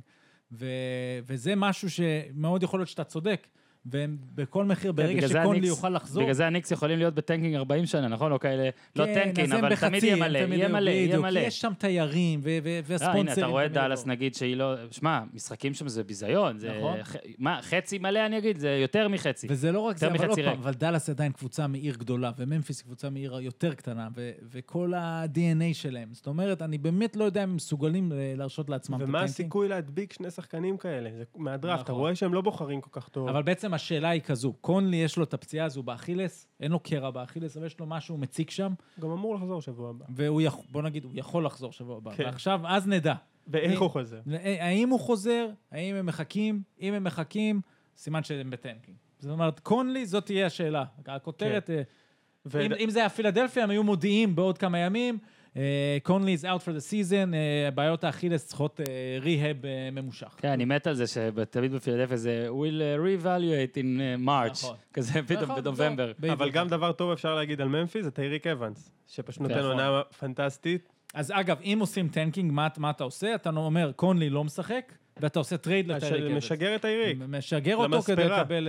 וזה משהו שמאוד יכול להיות שאתה צודק, ובכל מחיר, ברגע שקונלי יוכל לחזור... בגלל זה הניקס יכולים להיות בטנקינג 40 שנה, נכון? לא כאלה, לא טנקינג, אבל תמיד יהיה מלא, יהיה מלא. כי יש שם תיירים והספונסרים. הנה, אתה רואה דאלאס, נגיד שהיא לא... שמע, משחקים שם זה ביזיון. מה, חצי מלא אני אגיד? זה יותר מחצי. וזה לא רק זה, אבל דאלאס עדיין קבוצה מעיר גדולה, וממפיס קבוצה מעיר יותר קטנה, וכל ה-DNA שלהם. זאת אומרת, אני באמת לא יודע אם הם מסוגלים להרשות לעצמם את הטנקינג. ומה הסיכוי להדביק 2 שחקנים כאלה? זה מהדראפט, אתה רואה שהם לא בוחרים כל כך טוב. אבל בעצם השאלה היא כזו, קונלי יש לו את הפציעה הזו באכילס, אין לו קרע באכילס, אבל יש לו משהו מציק שם. גם אמור לחזור שבוע הבא. בוא נגיד, הוא יכול לחזור שבוע הבא. ועכשיו, אז נדע. ואיך הוא חוזר? האם הוא חוזר? האם הם מחכים? אם הם מחכים, סימן שהם בטנקינג. זאת אומרת, קונלי, זאת תהיה השאלה. הכותרת, אם זה היה פילדלפיה, הם היו מודיעים בעוד כמה ימים, קונלי is out for the season, בעיות האכילס צריכות ריהב ממושך. כן, אני מת על זה שתמיד בפילדלפיה זה will reevaluate in March, כזה פתאום בנובמבר. אבל גם דבר טוב אפשר להגיד על ממפיס, זה טייריק אבנס, שפשוט נותן עונה פנטסטית. אז אגב, אם עושים טנקינג, מה אתה עושה? אתה אומר, קונלי לא משחק, ואתה עושה טרייד לטייריק אבנס. משגר את טייריק. משגר אותו כדי לקבל...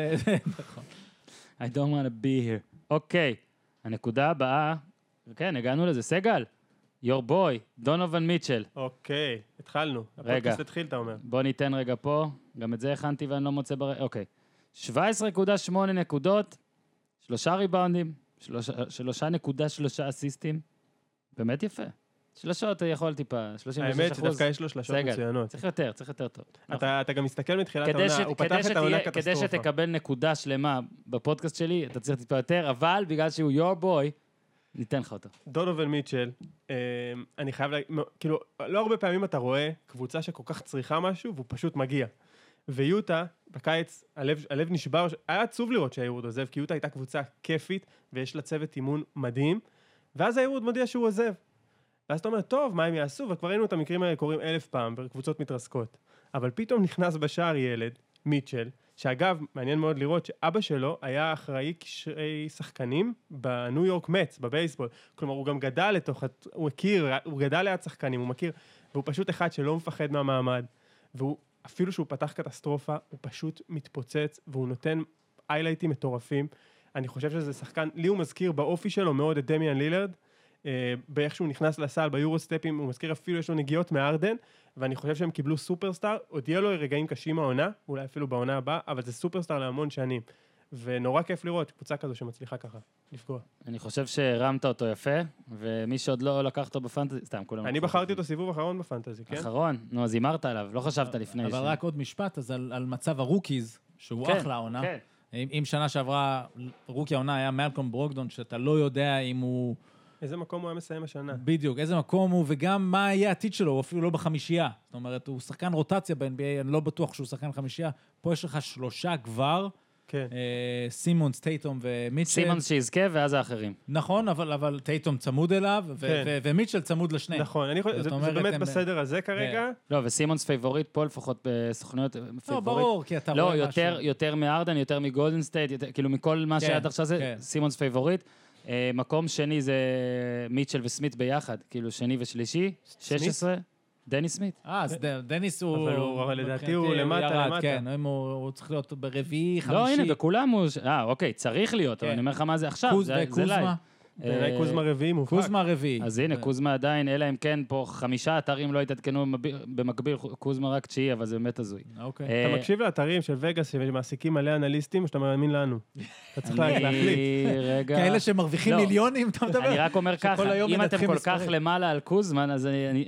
I don't want to be here. אוקיי, הנקודה הבאה, כן, הגענו לזה, סגל. your boy, דונובל מיטשל. אוקיי, התחלנו. הפודקאסט התחיל, אתה אומר. בוא ניתן רגע פה, גם את זה הכנתי ואני לא מוצא אוקיי. 17.8 נקודות, 3 ריבאונדים, 3.3 אסיסטים. באמת יפה. שלשות יכול טיפה, 36%. האמת שדווקא יש לו שלשות מצוינות. צריך יותר טוב. אתה גם מסתכל מתחילת העונה, הוא פתח את העונה קטסטרופה. כדי שתקבל נקודה שלמה בפודקאסט שלי, אתה צריך טיפה יותר, אבל בגלל שהוא your boy, ניתן לך אותו. דונובל מיטשל, אני חייב להגיד, כאילו, לא הרבה פעמים אתה רואה קבוצה שכל כך צריכה משהו, והוא פשוט מגיע. ויוטה, בקיץ, הלב נשבר, היה עצוב לראות שהיורד עוזב, כי יוטה הייתה קבוצה כיפית, ויש לה צוות אימון מדהים, ואז היורד מודיע שהוא עוזב. ואז אתה אומר, טוב, מה הם יעשו? וכבר ראינו את המקרים האלה קורים 1000 פעם, וקבוצות מתרסקות. אבל פתאום נכנס בשער ילד, מיטשל, שאגב, מעניין מאוד לראות שאבא שלו היה אחראי קשרי שחקנים בניו יורק מץ, בבייסבול. כלומר, הוא גם גדל לתוך, הוא גדל ליד שחקנים, הוא מכיר, והוא פשוט אחד שלא מפחד מהמעמד, והוא, אפילו שהוא פתח קטסטרופה, הוא פשוט מתפוצץ, והוא נותן איילייטים מטורפים. אני חושב שזה שחקן, לי הוא מזכיר באופי שלו מאוד את דמיאן לילרד, באיך שהוא נכנס לסל, ביורוסטפים, הוא מזכיר אפילו יש לו נגיעות מארדן, ואני חושב שהם קיבלו סופרסטאר, עוד יהיה לו רגעים קשים העונה, אולי אפילו בעונה הבאה, אבל זה סופרסטאר להמון שנים. ונורא כיף לראות קבוצה כזו שמצליחה ככה לפגוע. אני חושב שהרמת אותו יפה, ומי שעוד לא לקח אותו בפנטזי, סתם, כולם... אני בחרתי אותו סיבוב אחרון בפנטזי, כן? אחרון? נו, אז הימרת עליו, לא חשבת לפני. אבל רק עוד משפט, אז על מצב הרוקיז, שהוא אחלה העונה. אם שנה שעברה, רוקי העונה היה מלקום ברוקדון, שאתה לא יודע אם הוא... איזה מקום הוא היה מסיים השנה. בדיוק, איזה מקום הוא, וגם מה יהיה העתיד שלו, הוא אפילו לא בחמישייה. זאת אומרת, הוא שחקן רוטציה ב-NBA, אני לא בטוח שהוא שחקן חמישייה. פה יש לך 3 כבר, כן. סימונס, טייטום ומיטשל. סימונס שיזכה ואז האחרים. נכון, אבל טייטום צמוד אליו, ומיטשל צמוד לשני. נכון, זה באמת בסדר הזה כרגע. לא, וסימונס פייבוריט פה לפחות בסוכנויות פייבוריט. לא, ברור, כי אתה רואה משהו. לא, יותר מארדן, יותר מגולדן סטייט, כאילו מכל מה שעד עכשיו זה, סימונס פייבוריט. מקום שני זה מיטשל וסמית ביחד, כאילו שני ושלישי, 16. דניס סמית. אז דניס הוא... אבל לדעתי הוא למטה. כן, הוא צריך להיות ברביעי, חמישי. לא, הנה, בכולם הוא... אוקיי, צריך להיות, אבל אני אומר לך מה זה עכשיו, זה לייב. בעיניי קוזמה רביעי מובהק. קוזמה רביעי. אז הנה, קוזמה עדיין, אלא אם כן, פה 5 אתרים לא התעדכנו במקביל, קוזמה רק 9, אבל זה באמת הזוי. אתה מקשיב לאתרים של וגאס שמעסיקים מלא אנליסטים, או שאתה מאמין לנו? אתה צריך להחליט. כאלה שמרוויחים מיליונים, אתה מדבר? אני רק אומר ככה, אם אתם כל כך למעלה על קוזמן, אז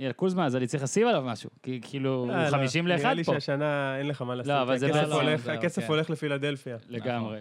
אני צריך לשים עליו משהו. כאילו, 50-1 פה. נראה לי שהשנה אין לך מה לעשות. הכסף הולך לפילדלפיה. לגמרי.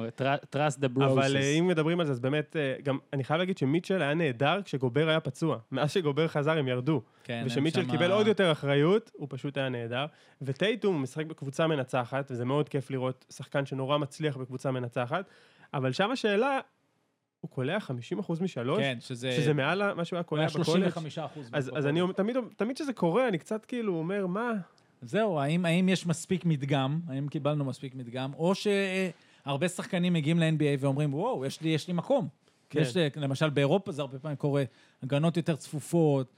Trust the process. אבל אם מדברים על זה, אז באמת, גם אני חייב להגיד שמיטשל היה נהדר כשגובר היה פצוע. מאז שגובר חזר הם ירדו. ושמיטשל קיבל עוד יותר אחריות, הוא פשוט היה נהדר. וטייטום הוא משחק בקבוצה מנצחת, וזה מאוד כיף לראות שחקן שנורא מצליח בקבוצה מנצחת. אבל שם השאלה, הוא קולע 50% משלוש, שזה מעל מה שהוא היה קולע בקולג'. 35%. אז אני תמיד שזה קורה, אני קצת כאילו אומר, מה? זהו, האם יש מספיק מדגם, האם קיבלנו מספיק מדגם, או שהרבה שחקנים מגיעים ל-NBA ואומרים, וואו, יש לי מקום. יש, למשל באירופה זה הרבה פעמים קורה, הגנות יותר צפופות,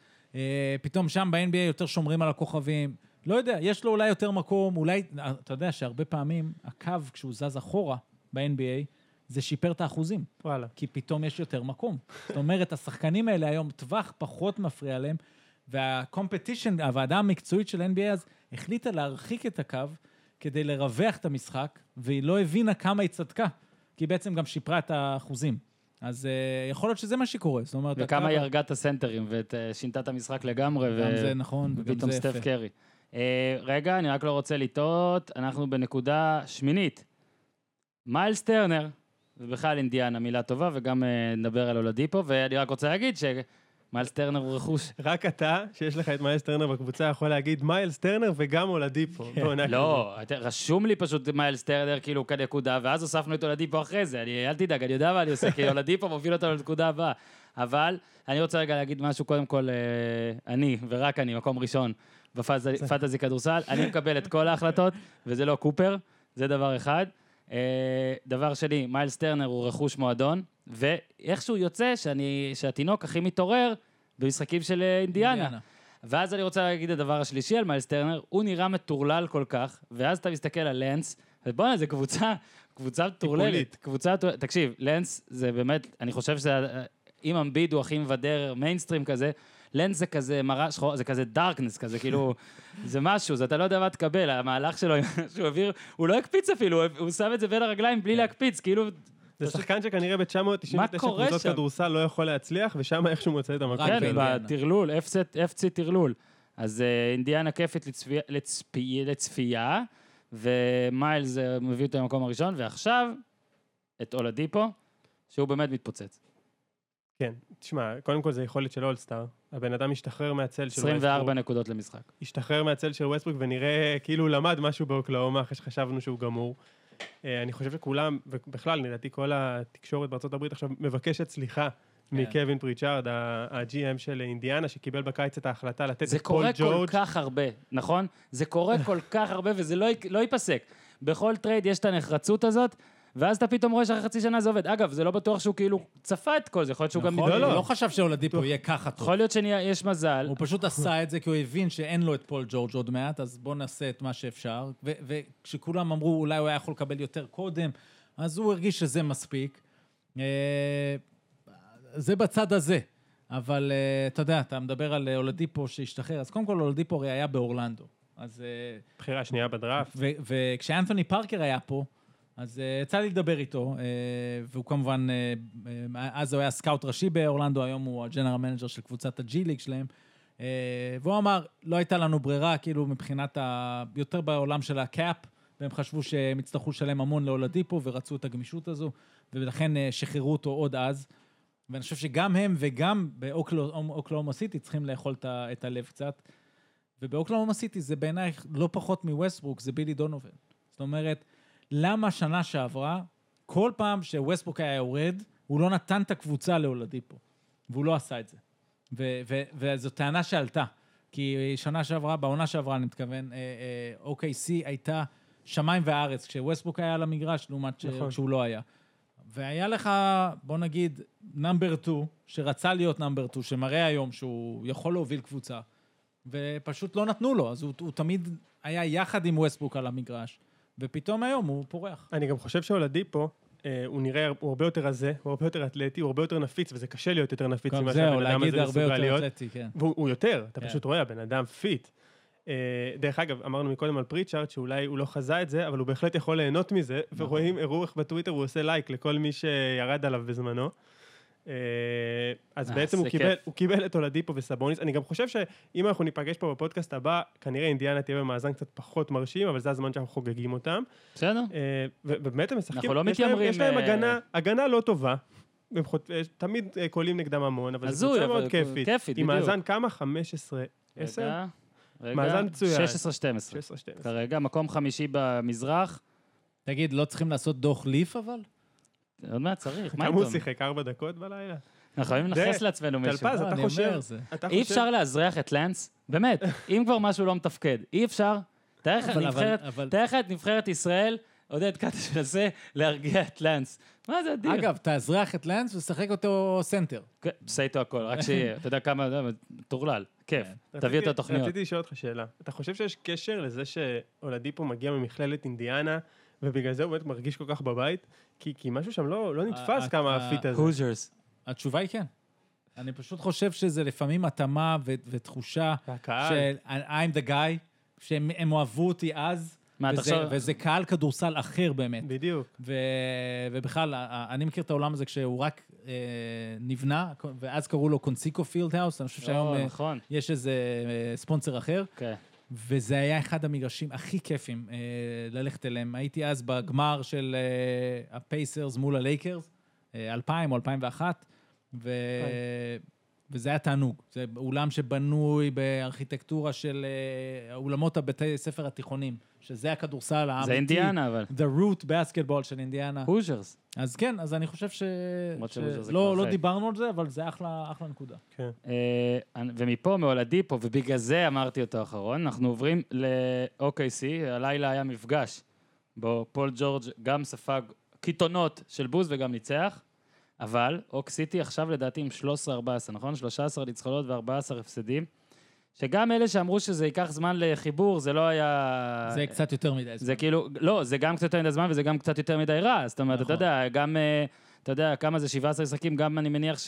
פתאום שם ב-NBA יותר שומרים על הכוכבים, לא יודע, יש לו אולי יותר מקום, אולי, אתה יודע שהרבה פעמים הקו כשהוא זז אחורה ב-NBA, זה שיפר את האחוזים. וואלה. כי פתאום יש יותר מקום. זאת אומרת, השחקנים האלה היום טווח פחות מפריע להם, והקומפטישן, הוועדה המקצועית של NBA אז החליטה להרחיק את הקו כדי לרווח את המשחק, והיא לא הבינה כמה היא צדקה, כי היא בעצם גם שיפרה את האחוזים. אז יכול להיות שזה מה שקורה. זאת אומרת, וכמה היא הרגה את הסנטרים, ושינתה את המשחק לגמרי, גם זה נכון, וגם זה יפה. ופתאום סטף קרי. רגע, אני רק לא רוצה לטעות, אנחנו בנקודה 8. מיילס טרנר, ובכלל אינדיאנה, מילה טובה, וגם נדבר על אולדיפו, ואני רק רוצה להגיד מיילס טרנר הוא רכוש. רק אתה, שיש לך את מיילס טרנר בקבוצה, יכול להגיד מיילס טרנר וגם אולדיפו. לא, רשום לי פשוט מיילס טרנר כאילו כנקודה, ואז הוספנו את אולדיפו אחרי זה. אל תדאג, אני יודע מה אני עושה, כי אולדיפו מוביל אותנו לנקודה הבאה. אבל אני רוצה רגע להגיד משהו, קודם כל, אני, ורק אני, מקום ראשון, בפנטזי כדורסל, אני מקבל את כל ההחלטות, וזה לא קופר, זה דבר אחד. דבר שני, מיילס טרנר הוא רכוש מועדון, ואיכשהו יוצא שהתינוק הכי מתעורר במשחקים של אינדיאנה. ואז אני רוצה להגיד את הדבר השלישי על מיילס טרנר, הוא נראה מטורלל כל כך, ואז אתה מסתכל על לנס, ובוא'נה, זה קבוצה מטורללת. תקשיב, לנס זה באמת, אני חושב שאם אמביד הוא הכי מבדר מיינסטרים כזה, לנס זה כזה מראה שחור, זה כזה דארקנס כזה, כאילו, זה משהו, זה אתה לא יודע מה תקבל, המהלך שלו, שהוא העביר, הוא לא הקפיץ אפילו, הוא שם את זה בין הרגליים בלי להקפיץ, כאילו... זה שחקן שכנראה ב-999 קבוצות כדורסל לא יכול להצליח, ושם איכשהו מוצא את המקום. כן, בתרלול, FC תרלול. אז אינדיאנה כיפת לצפייה, ומיילס מביא אותו למקום הראשון, ועכשיו, את אולדיפו, שהוא באמת מתפוצץ. כן, תשמע, קודם כל זה יכולת של אולסטאר. הבן אדם השתחרר מהצל של 24 נקודות למשחק. השתחרר מהצל של ווסטברוק ונראה כאילו הוא למד משהו באוקלהומה אחרי שחשבנו שהוא גמור. אני חושב שכולם, ובכלל נראיתי כל התקשורת בארצות הברית עכשיו מבקשת סליחה מקווין פריצ'ארד, ה-GM של אינדיאנה, שקיבל בקיץ את ההחלטה לתת את פול ג'ורג'. זה קורה כל כך הרבה, נכון? זה קורה כל כך הרבה וזה לא ייפסק. בכל טרייד יש את הנחרצות הזאת, ואז אתה פתאום רואה שאחרי חצי שנה זה עובד. אגב, זה לא בטוח שהוא כאילו צפה את כל זה, יכול להיות שהוא גם... נכון, הוא לא חשב שאולדיפו יהיה ככה טוב. יכול להיות שיש מזל. הוא פשוט עשה את זה כי הוא הבין שאין לו את פול ג'ורג' עוד מעט, אז בוא נעשה את מה שאפשר. וכשכולם אמרו אולי הוא היה יכול לקבל יותר קודם, אז הוא הרגיש שזה מספיק. זה בצד הזה. אבל אתה יודע, אתה מדבר על אולדיפו שהשתחרר, אז קודם כל אולדיפו הרי היה באורלנדו. אז... בחירה שנייה בדראפט. וכשאנתוני פארקר היה פה, אז יצא לי לדבר איתו, והוא כמובן, אז הוא היה סקאוט ראשי באורלנדו, היום הוא הג'נרל מנג'ר של קבוצת הג'י ליג שלהם, והוא אמר, לא הייתה לנו ברירה, כאילו מבחינת יותר בעולם של הקאפ, והם חשבו שהם יצטרכו לשלם המון לאולדיפו, ורצו את הגמישות הזו, ולכן שחררו אותו עוד אז, ואני חושב שגם הם וגם באוקלהומה סיטי צריכים לאכול את הלב קצת, ובאוקלהומה סיטי זה בעיניי לא פחות מווסטברוק, זה בילי דונובל. זאת אומרת, למה שנה שעברה, כל פעם שווסטברוק היה יורד, הוא לא נתן את הקבוצה לאולדיפו, והוא לא עשה את זה. וזו טענה שעלתה, כי שנה שעברה, בעונה שעברה אני מתכוון, OKC הייתה שמיים וארץ, כשווסטברוק היה על המגרש, לעומת שהוא לא היה. והיה לך, בוא נגיד, נאמבר 2, שרצה להיות נאמבר 2, שמראה היום שהוא יכול להוביל קבוצה, ופשוט לא נתנו לו, אז הוא תמיד היה יחד עם ווסטברוק על המגרש, ופתאום היום הוא פורח. אני גם חושב שאולדיפו, הוא נראה, הוא הרבה יותר רזה, הוא הרבה יותר אתלטי, הוא הרבה יותר נפיץ, וזה קשה להיות יותר נפיץ ממה שהבן אדם הזה מסוגל להיות. והוא יותר, אתה פשוט רואה, הבן אדם פיט. דרך אגב, אמרנו מקודם על פריצ'ארד, שאולי הוא לא חזה את זה, אבל הוא בהחלט יכול ליהנות מזה, ורואים, הראו איך בטוויטר הוא עושה לייק לכל מי שירד עליו בזמנו. אז בעצם הוא קיבל את אולדיפו וסבוניס. אני גם חושב שאם אנחנו ניפגש פה בפודקאסט הבא, כנראה אינדיאנה תהיה במאזן קצת פחות מרשים, אבל זה הזמן שאנחנו חוגגים אותם. בסדר. ובאמת הם משחקים, אנחנו לא מתיימרים... יש להם הגנה לא טובה, תמיד קולים נגדם המון, אבל זו קבוצה מאוד כיפית. עם מאזן כמה? 15-10? מאזן מצוין. 16-12. כרגע, מקום חמישי במזרח. תגיד, לא צריכים לעשות דוח ליף אבל? עוד מעט צריך, מה כמה הוא שיחק 4 דקות בלילה? אנחנו יכולים לנחס לעצמנו מישהו. טלפז, אתה חושב... אי אפשר להזריח את לנס, באמת, אם כבר משהו לא מתפקד, אי אפשר. תאר לך את נבחרת ישראל, עודד קאטה שנסה להרגיע את לנס. מה זה אדיר? אגב, תאזרח את לנס ושחק אותו סנטר. עושה איתו הכל, רק שיהיה, אתה יודע כמה, תורלל, כיף, תביא אותו תוכניות. רציתי לשאול אותך שאלה, אתה חושב שיש קשר לזה שאולדיפו מגיע ממכללת אינדיאנה, ובגלל זה הוא באמת מרגיש כל כך בבית, כי משהו שם לא נתפס כמה הפיט הזה. הוז'רס. התשובה היא כן. אני פשוט חושב שזה לפעמים התאמה ותחושה של I'm the guy, שהם אוהבו אותי אז, וזה קהל כדורסל אחר באמת. בדיוק. ובכלל, אני מכיר את העולם הזה כשהוא רק נבנה, ואז קראו לו קונסיקו פילד האוס, אני חושב שהיום יש איזה ספונסר אחר. וזה היה אחד המגרשים הכי כיפים ללכת אליהם. הייתי אז בגמר של הפייסרס מול הלייקרס, 2000 או 2001, וזה היה תענוג. זה אולם שבנוי בארכיטקטורה של אולמות הבתי ספר התיכונים, שזה הכדורסל האמיתי. זה אינדיאנה, אבל. The root basketball של אינדיאנה. הוז'רס. אז כן, אז אני חושב לא דיברנו על זה, אבל זה אחלה נקודה. ומפה מאולדיפו, ובגלל זה אמרתי אותו אחרון, אנחנו עוברים ל-OKC, הלילה היה מפגש, בו פול ג'ורג' גם ספג קיתונות של בוז וגם ניצח, אבל אוקסיטי עכשיו לדעתי עם 13-14, נכון? 13 ניצחונות ו14 הפסדים, שגם אלה שאמרו שזה ייקח זמן לחיבור, זה לא היה... זה קצת יותר מדי זמן. זה כאילו, לא, זה גם קצת יותר מדי זמן, וזה גם קצת יותר מדי רע. זאת אומרת, אתה יודע, גם, אתה יודע, כמה זה 17 משחקים, גם אני מניח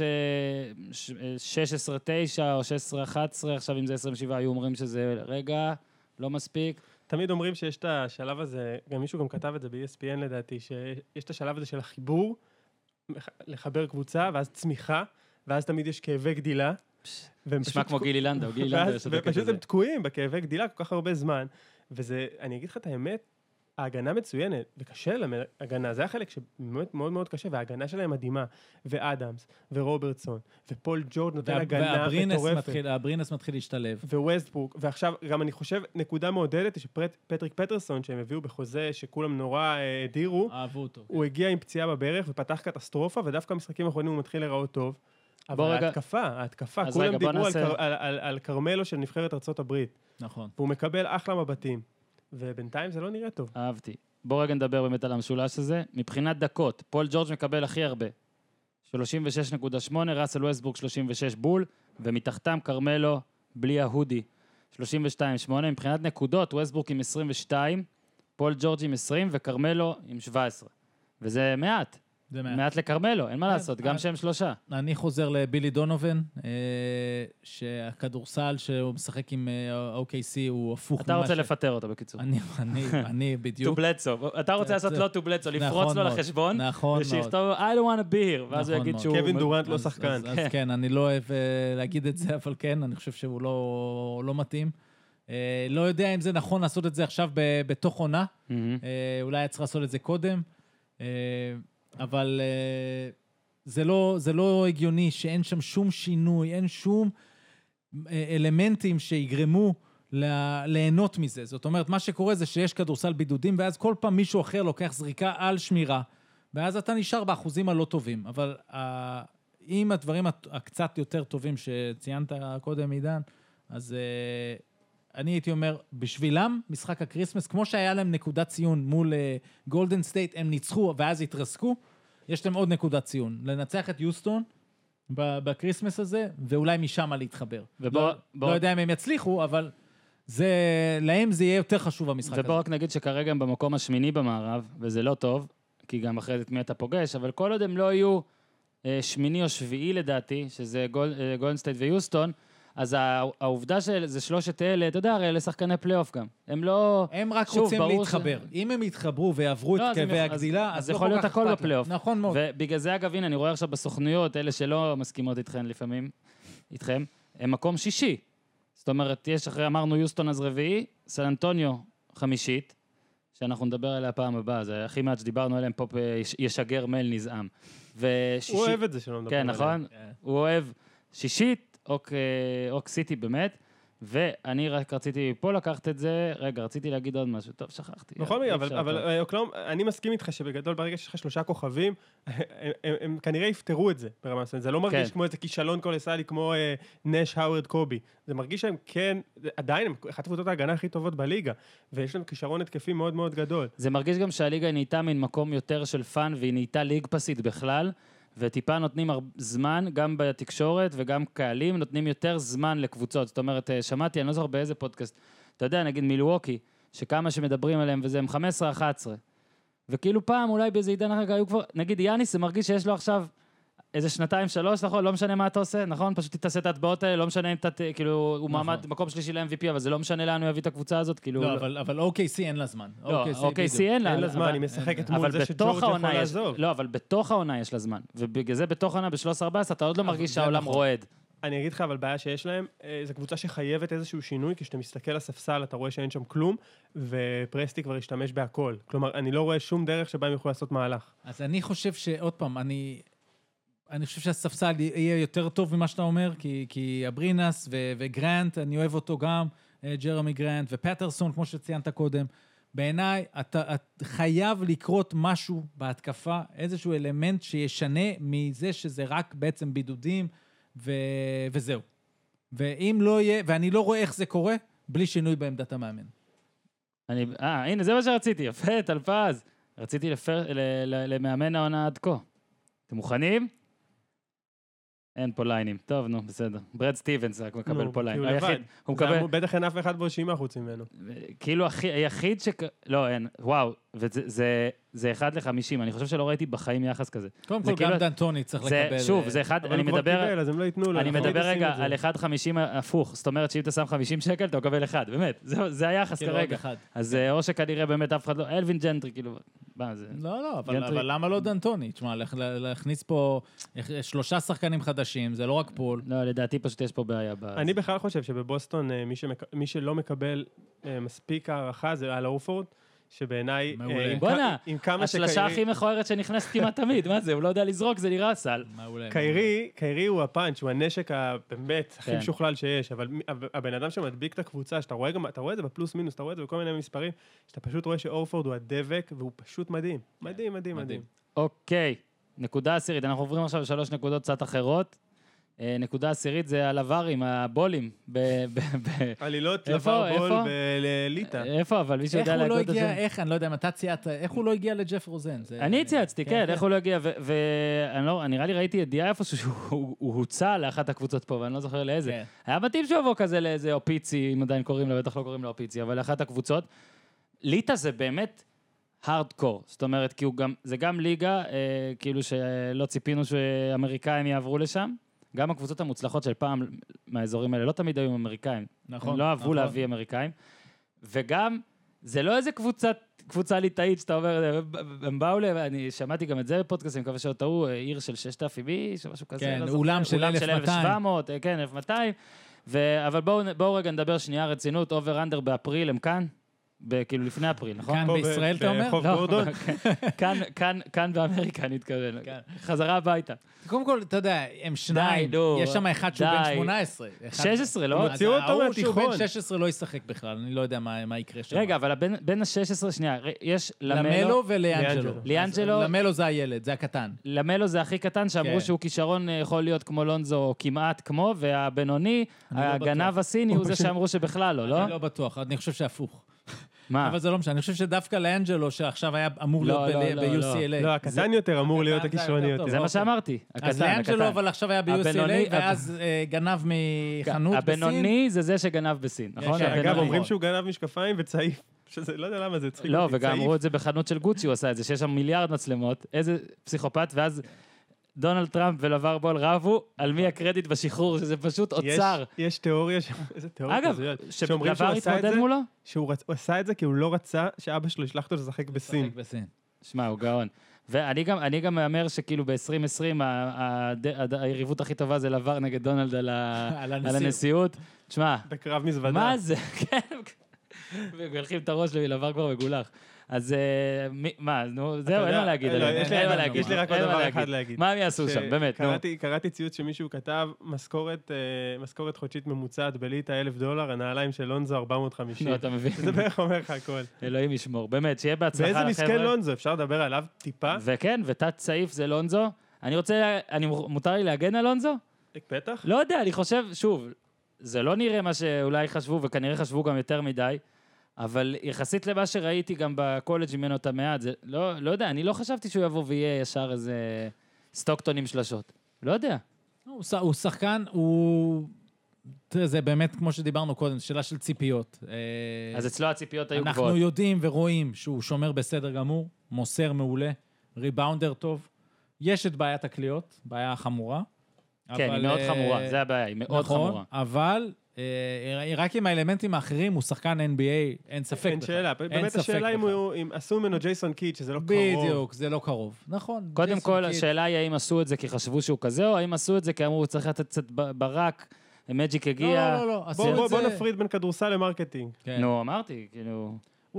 ש-16-9 או 16-11, עכשיו אם זה 27, היו אומרים שזה רגע, לא מספיק. תמיד אומרים שיש את השלב הזה, גם מישהו גם כתב את זה ב-ESPN לדעתי, שיש את השלב הזה של החיבור, לחבר קבוצה, ואז צמיחה, ואז תמיד יש כאבי גדילה. נשמע כמו גילי לנדאו, ופשוט הם תקועים בכאבי גדילה כל כך הרבה זמן, וזה, אני אגיד לך את האמת, ההגנה מצוינת, וקשה להם הגנה, זה החלק שבאמת מאוד מאוד קשה, וההגנה שלהם מדהימה, ואדמס, ורוברטסון, ופול ג'ורד נותן הגנה מטורפת. והברינס מתחיל להשתלב. וווסטברוק, ועכשיו גם אני חושב, נקודה מעודדת, שפטריק פטרסון, שהם הביאו בחוזה שכולם נורא הדירו, אהבו אותו. הוא הגיע עם פציעה בברך, ופתח קטסטרופה, ודווקא המשחקים האחרונים הוא מתחיל להיראות טוב. אבל ההתקפה, כולם דיברו על קרמלו של נבחרת ארצות הברית. נכון. והוא מקבל אחלה מבטים. ובינתיים זה לא נראה טוב. אהבתי. בוא רגע נדבר באמת על המשולש הזה. מבחינת דקות, פול ג'ורג' מקבל הכי הרבה. 36.8, ראסל ווסטברוק 36 בול, ומתחתם קרמלו בלי ההודי 32.8. מבחינת נקודות, ווסטברוק עם 22, פול ג'ורג' עם 20 וקרמלו עם 17. וזה מעט. מעט לקרמלו, אין מה לעשות, גם שהם 3. אני חוזר לבילי דונובן, שהכדורסל שהוא משחק עם OKC הוא הפוך. אתה רוצה לפטר אותו בקיצור. אני בדיוק. טובלצו, אתה רוצה לעשות לא טובלצו, לפרוץ לו לחשבון, ושיכתוב, I don't want to be here, ואז הוא יגיד שהוא... קווין דורנט לא שחקן. אז כן, אני לא אוהב להגיד את זה, אבל כן, אני חושב שהוא לא מתאים. לא יודע אם זה נכון לעשות את זה עכשיו בתוך עונה, אולי צריך לעשות את זה קודם, אבל זה לא הגיוני שאין שם שום שינוי, אין שום אלמנטים שיגרמו ליהנות מזה. זאת אומרת, מה שקורה זה שיש כדורסל בידודים, ואז כל פעם מישהו אחר לוקח זריקה על שמירה, ואז אתה נשאר באחוזים הלא טובים. אבל עם הדברים הקצת יותר טובים שציינת קודם, עידן, אז אני הייתי אומר, בשבילם, משחק הקריסמס, כמו שהיה להם נקודת ציון מול גולדן סטייט, הם ניצחו ואז התרסקו, יש להם עוד נקודת ציון. לנצח את יוסטון בקריסמס הזה, ואולי משם להתחבר. לא יודע אם הם יצליחו, אבל להם זה יהיה יותר חשוב המשחק הזה. ובוא רק נגיד שכרגע הם במקום השמיני במערב, וזה לא טוב, כי גם אחרי זה את מי אתה פוגש, אבל כל עוד הם לא יהיו שמיני או שביעי לדעתי, שזה גולדן סטייט ויוסטון, אז העובדה שזה 3 אלה, אתה יודע, הרי לשחקני פלייאוף גם. הם לא... הם רק רוצים להתחבר. אם הם יתחברו ויעברו את קווי הגדילה, אז יכול להיות הכל בפלייאוף. נכון מאוד. ובגלל זה, אגב, הנה, אני רואה עכשיו בסוכנויות, אלה שלא מסכימות איתכם לפעמים, איתכם, הם מקום 6. זאת אומרת, יש אחרי, אמרנו, יוסטון אז 4, סן אנטוניו 5, שאנחנו נדבר עליה פעם הבאה, זה הכי מעט שדיברנו עליהם פה, ישגר מייל נזעם. הוא אוהב את זה שלא נדבר עליהם. כן, נכון? הוא אוהב 6, אוק סיטי באמת, ואני רק רציתי פה לקחת את זה, רגע, רציתי להגיד עוד משהו, טוב, שכחתי. נכון, אבל אוקלאום, אני מסכים איתך שבגדול ברגע שיש לך 3 כוכבים, הם כנראה יפתרו את זה ברמה מסוימת, זה לא מרגיש כמו איזה כישלון קולוסלי, כמו נש, האוורד, קובי, זה מרגיש שהם כן, עדיין הם אחת קבוצות ההגנה הכי טובות בליגה, ויש להם כישרון התקפי מאוד מאוד גדול. זה מרגיש גם שהליגה נהייתה מן מקום יותר של פן, והיא נהייתה ליג פסית בכלל, וטיפה נותנים זמן, גם בתקשורת וגם קהלים, נותנים יותר זמן לקבוצות. זאת אומרת, שמעתי, אני לא זוכר באיזה פודקאסט, אתה יודע, נגיד מילווקי, שכמה שמדברים עליהם, וזה הם 15-11. וכאילו פעם, אולי באיזה עידן הרגע, היו כבר, נגיד יאניס, זה מרגיש שיש לו עכשיו איזה 2-3, נכון? לא משנה מה אתה עושה, נכון? פשוט תתעשה את ההטבעות האלה, לא משנה אם אתה, כאילו, הוא מעמד מקום שלישי ל-MVP, אבל זה לא משנה לאן הוא יביא את הקבוצה הזאת, כאילו... לא, אבל OKC אין לה זמן. לא, OKC אין לה זמן, היא משחקת מול זה שג'ורג' יכול לעזוב. לא, אבל בתוך העונה יש לה זמן, ובגלל זה בתוך העונה ב-13-14, אתה עוד לא מרגיש שהעולם רועד. אני אגיד לך, אבל בעיה שיש להם, זו קבוצה שחייבת איזשהו שינוי, כי כשאתה מסתכל לספסל, אתה רואה שאין שם כלום, ופרסטי כבר השתמש בהכל. כלומר, אני לא רואה שום דרך שבה הם יכולים לעשות מהלך. אז אני חושב שעוד פעם, אני חושב שהספסל יהיה יותר טוב ממה שאתה אומר, כי אברינס וגרנט, אני אוהב אותו גם, ג'רמי גרנט ופטרסון, כמו שציינת קודם. בעיניי, אתה חייב לקרות משהו בהתקפה, איזשהו אלמנט שישנה מזה שזה רק בעצם בידודים, וזהו. ואם לא יהיה, ואני לא רואה איך זה קורה, בלי שינוי בעמדת המאמן. הנה, זה מה שרציתי, יפה, טלפז. רציתי למאמן העונה עד כה. אתם מוכנים? אין פה ליינים. טוב, נו, בסדר. ברד סטיבנס רק מקבל פה ליין. הוא מקבל... בטח אין אף אחד ברשימה חוץ ממנו. כאילו, היחיד לא, אין. וואו, זה 1 ל-50. אני חושב שלא ראיתי בחיים יחס כזה. קודם כל, גם דנטוני צריך לקבל... שוב, זה 1... אבל הוא כבר קיבל, אז הם לא ייתנו לו. אני מדבר רגע על 1.50 הפוך. זאת אומרת שאם אתה שם 50 שקל, אתה מקבל 1. באמת, זה היחס כרגע. אז או שכנראה באמת אף אחד לא... אלווין ג'נטרי, כאילו... לא, אבל למה לא דנטוני? תשמע, להכניס פה 3 שחקנים חדשים, זה לא רק פול. לא, לדעתי פשוט יש פה בעיה. אני בכלל חושב שבבוסטון, מי שלא מקבל מספיק הערכה, זה על אורפורד, שבעיניי, עם כמה השלשה הכי מכוערת שנכנסת כמעט תמיד, מה זה? הוא לא יודע לזרוק, זה נראה סל. קיירי הוא הפאנץ', הוא הנשק הבאמת הכי משוכלל שיש, אבל הבן אדם שמדביק את הקבוצה, שאתה רואה את זה בפלוס מינוס, אתה רואה את זה בכל מיני מספרים, שאתה פשוט רואה שאורפורד הוא הדבק, והוא פשוט מדהים. מדהים, מדהים, מדהים. אוקיי, נקודה עשירית, אנחנו עוברים עכשיו 3 נקודות קצת אחרות. נקודה עשירית זה על הלברים, הבולים. עלילות לבר בול בליטה. איפה, אבל מישהו יודע להגיד את זה? איך, אני לא יודע אם אתה ציינת, איך הוא לא הגיע לג'ף רוזן? אני צייצתי, כן, איך הוא לא הגיע, ונראה לי ראיתי ידיעה איפה שהוא הוצא לאחת הקבוצות פה, ואני לא זוכר לאיזה. היה מתאים שהוא יבוא כזה לאיזה אופיצי, אם עדיין קוראים לו, בטח לא קוראים לו אופיצי, אבל לאחת הקבוצות. ליטה זה באמת הארדקור, זאת אומרת, כי זה גם ליגה, כאילו שלא ציפינו שאמריקאים יעברו לשם, גם הקבוצות המוצלחות של פעם מהאזורים האלה, לא תמיד היו אמריקאים, נכון, הם לא אהבו להביא אמריקאים, וגם, זה לא איזה קבוצה ליטאית שאתה אומר, הם באו לי, ואני שמעתי גם את זה בפודקאסט, אני מקווה שאותו עיר של 6,000 איש, או משהו כזה, כן, לא זוכר, אולם של 1,700, כן, 1,200, אבל בואו רגע נדבר שנייה רצינות, אובר אנדר באפריל, הם כאן? כאילו לפני אפריל, נכון? כאן בישראל אתה אומר? בחוף גורדון. כאן באמריקה אני מתכוון, חזרה הביתה. קודם כל, אתה יודע, הם שניים, יש שם אחד שהוא בן 18. 16, לא? הוציאו אותו ההוא שהוא מהתיכון. בן 16 לא ישחק בכלל, אני לא יודע מה יקרה שם. רגע, אבל בין ה-16, שנייה, יש למלו וליאנג'לו. ליאנג'לו. למלו זה הילד, זה הקטן. למלו זה הכי קטן, שאמרו שהוא כישרון יכול להיות כמו לונזו, כמעט כמו, והבינוני, הגנב הסיני, הוא זה שאמרו שבכלל לא, לא? אני לא בטוח, אני חושב שהפוך. מה? אבל זה לא משנה, אני חושב שדווקא לאנג'לו, שעכשיו היה אמור להיות ב-UCLA. לא, הקטן יותר אמור להיות הכישרוני יותר. זה מה שאמרתי, אז לאנג'לו, אבל עכשיו היה ב-UCLA, ואז גנב מחנות בסין. הבינוני זה שגנב בסין, נכון? אגב, אומרים שהוא גנב משקפיים וצעיף, שזה לא יודע למה זה צחיק. לא, וגם אמרו את זה בחנות של גוצ'י, הוא עשה את זה, שיש שם מיליארד מצלמות, איזה פסיכופת, ואז דונלד טראמפ ולבר בול רבו, על מי הקרדיט בשחרור, שזה פשוט אוצר. יש תיאוריה, איזה תיאוריה אגב, שלבר התמודד מולו? שהוא עשה את זה כי הוא לא רצה שאבא שלו ישלח אותו לשחק בסין. שמע, הוא גאון. ואני גם מאמר שכאילו ב-2020, היריבות הכי טובה זה לבר נגד דונלד על הנשיאות. תשמע, בקרב מזוודה. מה זה? כן. והולכים את הראש לבר כבר מגולח. אז מה, נו, זהו, אין מה להגיד. יש לי רק עוד דבר אחד להגיד. מה הם יעשו שם, באמת, נו. קראתי ציוץ שמישהו כתב, משכורת חודשית ממוצעת בליטה $1,000, הנעליים של לונזו 450. נו, אתה מבין. זה בערך אומר לך הכל. אלוהים ישמור, באמת, שיהיה בהצלחה לחבר'ה. באיזה מסכן לונזו, אפשר לדבר עליו טיפה? וכן, ותת צעיף זה לונזו. מותר לי להגן על לונזו? בטח. לא יודע, אני חושב, שוב, זה לא נראה מה שאולי חשבו, וכנראה חשבו גם יותר מדי, אבל יחסית למה שראיתי גם בקולג' ממנו את המעט, זה לא יודע, אני לא חשבתי שהוא יבוא ויהיה ישר איזה סטוקטון עם שלשות. לא יודע. הוא שחקן, הוא... תראה, זה באמת, כמו שדיברנו קודם, שאלה של ציפיות. אז אצלו הציפיות היו גבוהות. אנחנו יודעים ורואים שהוא שומר בסדר גמור, מוסר מעולה, ריבאונדר טוב. יש את בעיית הקליעות, בעיה חמורה. כן, היא מאוד חמורה, זה הבעיה, היא מאוד חמורה. נכון, אבל רק עם האלמנטים האחרים, הוא שחקן NBA, אין ספק. אין שאלה, באמת השאלה אם עשו ממנו ג'ייסון קיד, שזה לא קרוב. בדיוק, זה לא קרוב. נכון. קודם כל, השאלה היא האם עשו את זה כי חשבו שהוא כזה, או האם עשו את זה כי אמרו, צריך לתת קצת ברק, מג'יק הגיע. לא. בוא נפריד בין כדורסל למרקטינג. נו, אמרתי, כאילו...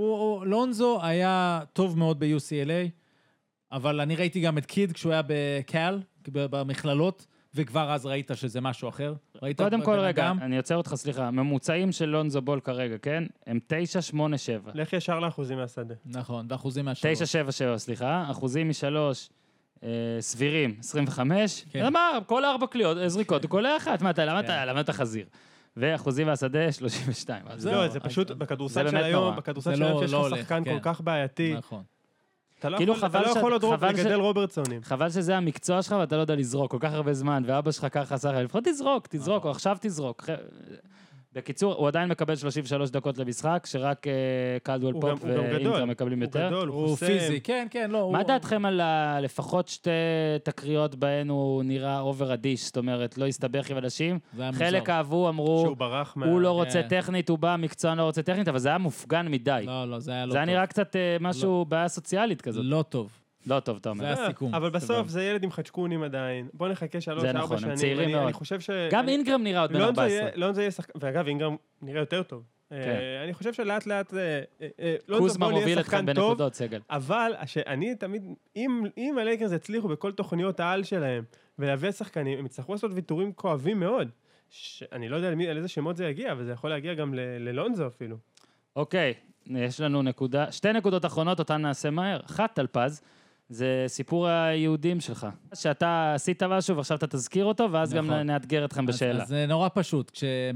לונזו היה טוב מאוד ב-UCLA, אבל אני ראיתי גם את קיד כשהוא היה בקל, במכללות, וכבר אז ראית שזה משהו אחר. קודם כל רגע, אני יוצר אותך, סליחה, ממוצעים של לונזו בול כרגע, כן? הם 9-8-7. לך ישר לאחוזים מהשדה. נכון, ואחוזים מהשלוש. 9-7-7, סליחה. אחוזים משלוש סבירים, 25. מה, כל 4 קליעות, זריקות, כל אחת. מה, אתה למד את החזיר. ואחוזים מהשדה, 32. לא, זה פשוט, בכדורסל של היום, שיש לך שחקן כל כך בעייתי. נכון. אתה לא יכול עוד לגדל רוברטסונים. חבל שזה המקצוע שלך ואתה לא יודע לזרוק כל כך הרבה זמן, ואבא שלך ככה עשה, לפחות תזרוק, או עכשיו תזרוק. בקיצור, הוא עדיין מקבל 33 דקות למשחק, שרק קלדוול פופ ואינטר מקבלים יותר. הוא גדול, הוא פיזי, כן, לא. מה דעתכם על לפחות 2 תקריות בהן הוא נראה אובר אדיש, זאת אומרת, לא הסתבך עם אנשים? חלק אהבו, אמרו, הוא לא רוצה טכנית, הוא בא, מקצוען לא רוצה טכנית, אבל זה היה מופגן מדי. לא, זה היה לא טוב. זה היה נראה קצת משהו, בעיה סוציאלית כזאת. לא טוב. לא טוב, אתה אומר. זה הסיכום. אבל בסוף זה ילד עם חדשקונים עדיין. בוא נחכה 3-4 שנים. זה נכון, הם צעירים מאוד. אני חושב ש... גם אינגרם נראה עוד בן 14. לא זה יהיה שחקן, ואגב, אינגרם נראה יותר טוב. אני חושב שלאט לאט... קוזמה מוביל אתכם בנקודות, סגל. אבל אני תמיד, אם הלייקרס יצליחו בכל תוכניות העל שלהם, ולהביא שחקנים, הם יצטרכו לעשות ויתורים כואבים מאוד. אני לא יודע על איזה שמות זה יגיע, אבל זה יכול להגיע גם ללונזו אפילו. אוקיי, יש לנו 2 נקודות אחרונות, אותן נעשה מהר. אחת, טלפז, זה סיפור היהודים שלך. שאתה עשית משהו ועכשיו אתה תזכיר אותו, ואז גם נאתגר אתכם בשאלה. אז זה נורא פשוט.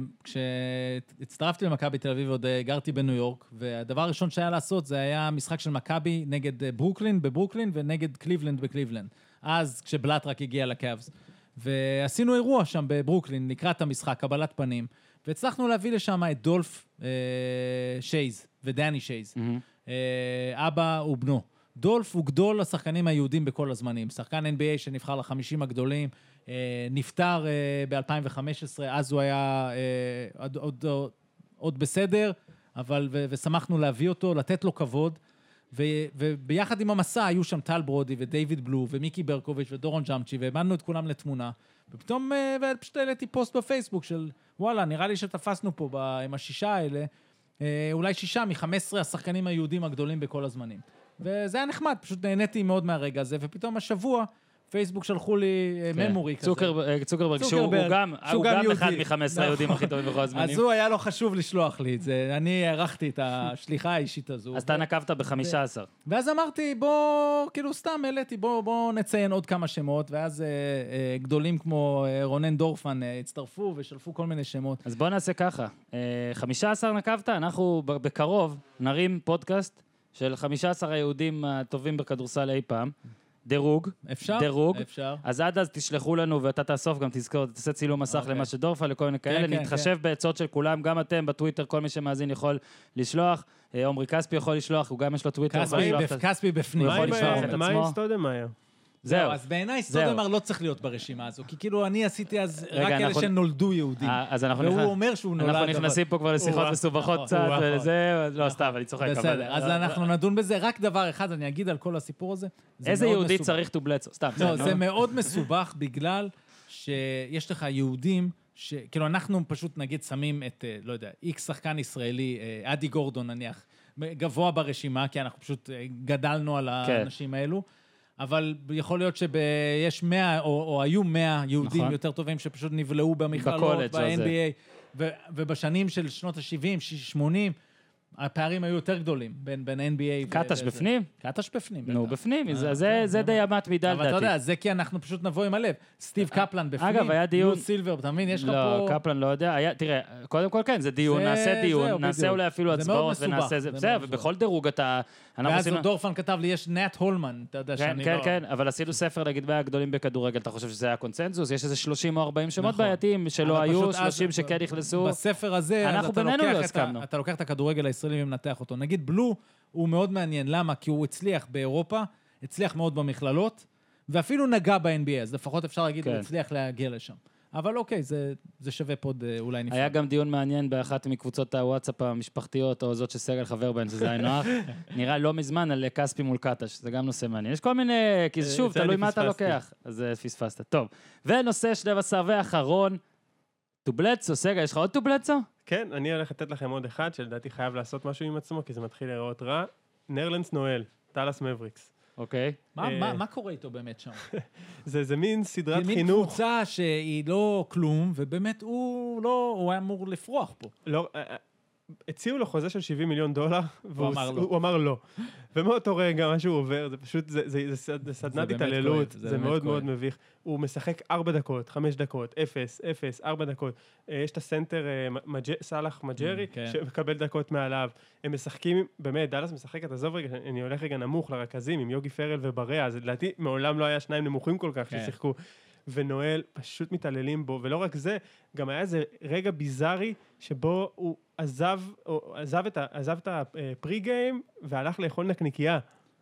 כשהצטרפתי למכבי תל אביב, עוד גרתי בניו יורק, והדבר הראשון שהיה לעשות, זה היה משחק של מכבי נגד ברוקלין בברוקלין, ונגד קליבלנד בקליבלנד. אז כשבלט רק הגיע לקאבס. ועשינו אירוע שם בברוקלין, לקראת המשחק, קבלת פנים, והצלחנו להביא לשם את דולף שייז ודני שייז. אבא ובנו. דולף הוא גדול השחקנים היהודים בכל הזמנים. שחקן NBA שנבחר ל50 הגדולים, נפטר ב-2015, אז הוא היה עוד בסדר, אבל ושמחנו להביא אותו, לתת לו כבוד, וביחד עם המסע היו שם טל ברודי ודייוויד בלו ומיקי ברקוביץ' ודורון ג'אמצ'י, והבאנו את כולם לתמונה, ופתאום פשוט העליתי פוסט בפייסבוק של, וואלה, נראה לי שתפסנו פה עם השישה האלה, אולי 6 מ-15 השחקנים היהודים הגדולים בכל הזמנים. וזה היה נחמד, פשוט נהניתי מאוד מהרגע הזה, ופתאום השבוע פייסבוק שלחו לי ממורי כזה. צוקרברג, שהוא גם אחד מ-15 היהודים הכי טובים בכל הזמנים. אז הוא היה לו חשוב לשלוח לי את זה, אני ערכתי את השליחה האישית הזו. אז אתה נקבת ב-15. ואז אמרתי, בוא, כאילו סתם העליתי, בוא נציין עוד כמה שמות, ואז גדולים כמו רונן דורפן הצטרפו ושלפו כל מיני שמות. אז בוא נעשה ככה, 15 נקבת, אנחנו בקרוב נרים פודקאסט של 15 היהודים הטובים בכדורסל אי פעם. דירוג. אפשר? דירוג. אפשר. אז עד אז תשלחו לנו, ואתה תאסוף גם תזכור, תעשה צילום מסך למה שדורפה, לכל מיני כאלה. נתחשב בעצות של כולם, גם אתם בטוויטר, כל מי שמאזין יכול לשלוח. עומרי כספי יכול לשלוח, הוא גם יש לו טוויטר. כספי בפנים. מה עם סטודמאייר? זהו. אז בעיניי סטודמאייר לא צריך להיות ברשימה הזו, כי כאילו אני עשיתי אז רק אלה שנולדו יהודים. והוא אומר שהוא נולד. אנחנו נכנסים פה כבר לשיחות מסובכות קצת, וזה, לא סתם, אני צוחק. בסדר, אז אנחנו נדון בזה. רק דבר אחד, אני אגיד על כל הסיפור הזה. איזה יהודי צריך טובלצו? סתם. לא, זה מאוד מסובך בגלל שיש לך יהודים, כאילו אנחנו פשוט נגיד שמים את, לא יודע, איקס שחקן ישראלי, אדי גורדון נניח, גבוה ברשימה, כי אנחנו פשוט גדלנו על האנשים האלו. אבל יכול להיות שיש 100, או היו 100 יהודים יותר טובים שפשוט נבלעו במכללות, ב-NBA, ובשנים של שנות ה-70, 80, הפערים היו יותר גדולים בין NBA קטש בפנים? קטש בפנים. נו, בפנים, זה די אמת מידה לדעתי. אבל אתה יודע, זה כי אנחנו פשוט נבוא עם הלב. סטיב קפלן בפנים, אגב, היה דיון... לו סילבר, אתה מבין? יש לך פה... לא, קפלן לא יודע. תראה, קודם כל כן, זה דיון, נעשה דיון, נעשה אולי אפילו הצבעות ונעשה זה. בסדר, ובכל דירוג אתה... ואז דורפן כתב לי, יש נאט הולמן, אתה יודע שאני לא... כן, אבל עשינו ספר להגיד הגדולים בכדורגל, אתה חושב שזה היה קונצנזוס? יש איזה 30 או 40 שמות בעייתיים שלא היו, 30 שכן נכנסו. בספר הזה, אנחנו בינינו לא הסכמנו. אתה לוקח את הכדורגל הישראלי ומנתח אותו. נגיד בלו הוא מאוד מעניין, למה? כי הוא הצליח באירופה, הצליח מאוד במכללות, ואפילו נגע ב-NBA, אז לפחות אפשר להגיד, הוא הצליח להגיע לשם. אבל אוקיי, זה שווה פה אולי נפרד. היה גם דיון מעניין באחת מקבוצות הוואטסאפ המשפחתיות, או זאת שסגל חבר בהן, שזה היה נוח. נראה לא מזמן על כספי מול קטש, זה גם נושא מעניין. יש כל מיני, כי שוב, תלוי מה אתה לוקח. אז פספסת. טוב. ונושא 12 ואחרון, טובלצו, סגל, יש לך עוד טובלצו? כן, אני הולך לתת לכם עוד אחד, שלדעתי חייב לעשות משהו עם עצמו, כי זה מתחיל להיראות רע. נרלנס נואל, טלס מבריקס. אוקיי. מה קורה איתו באמת שם? זה מין סדרת חינוך. זה מין קבוצה שהיא לא כלום, ובאמת הוא היה אמור לפרוח פה. לא, הציעו לו חוזה של $70 מיליון, והוא אמר לא. ומאותו רגע מה שהוא עובר, זה פשוט, זה סדנת התעללות, זה מאוד מאוד מביך. הוא משחק 4 דקות, 5 דקות, 0, 0, 4 דקות. יש את הסנטר סלאח מג'רי, שמקבל דקות מעליו. הם משחקים, באמת, דלס משחקת, עזוב רגע, אני הולך רגע נמוך לרכזים, עם יוגי פרל ובריאה, אז לדעתי מעולם לא היה שניים נמוכים כל כך ששיחקו. ונואל פשוט מתעללים בו, ולא רק זה, גם היה איזה רגע ביזארי, שבו הוא עזב את הפרי-גיים, והלך לאכול נקניקייה.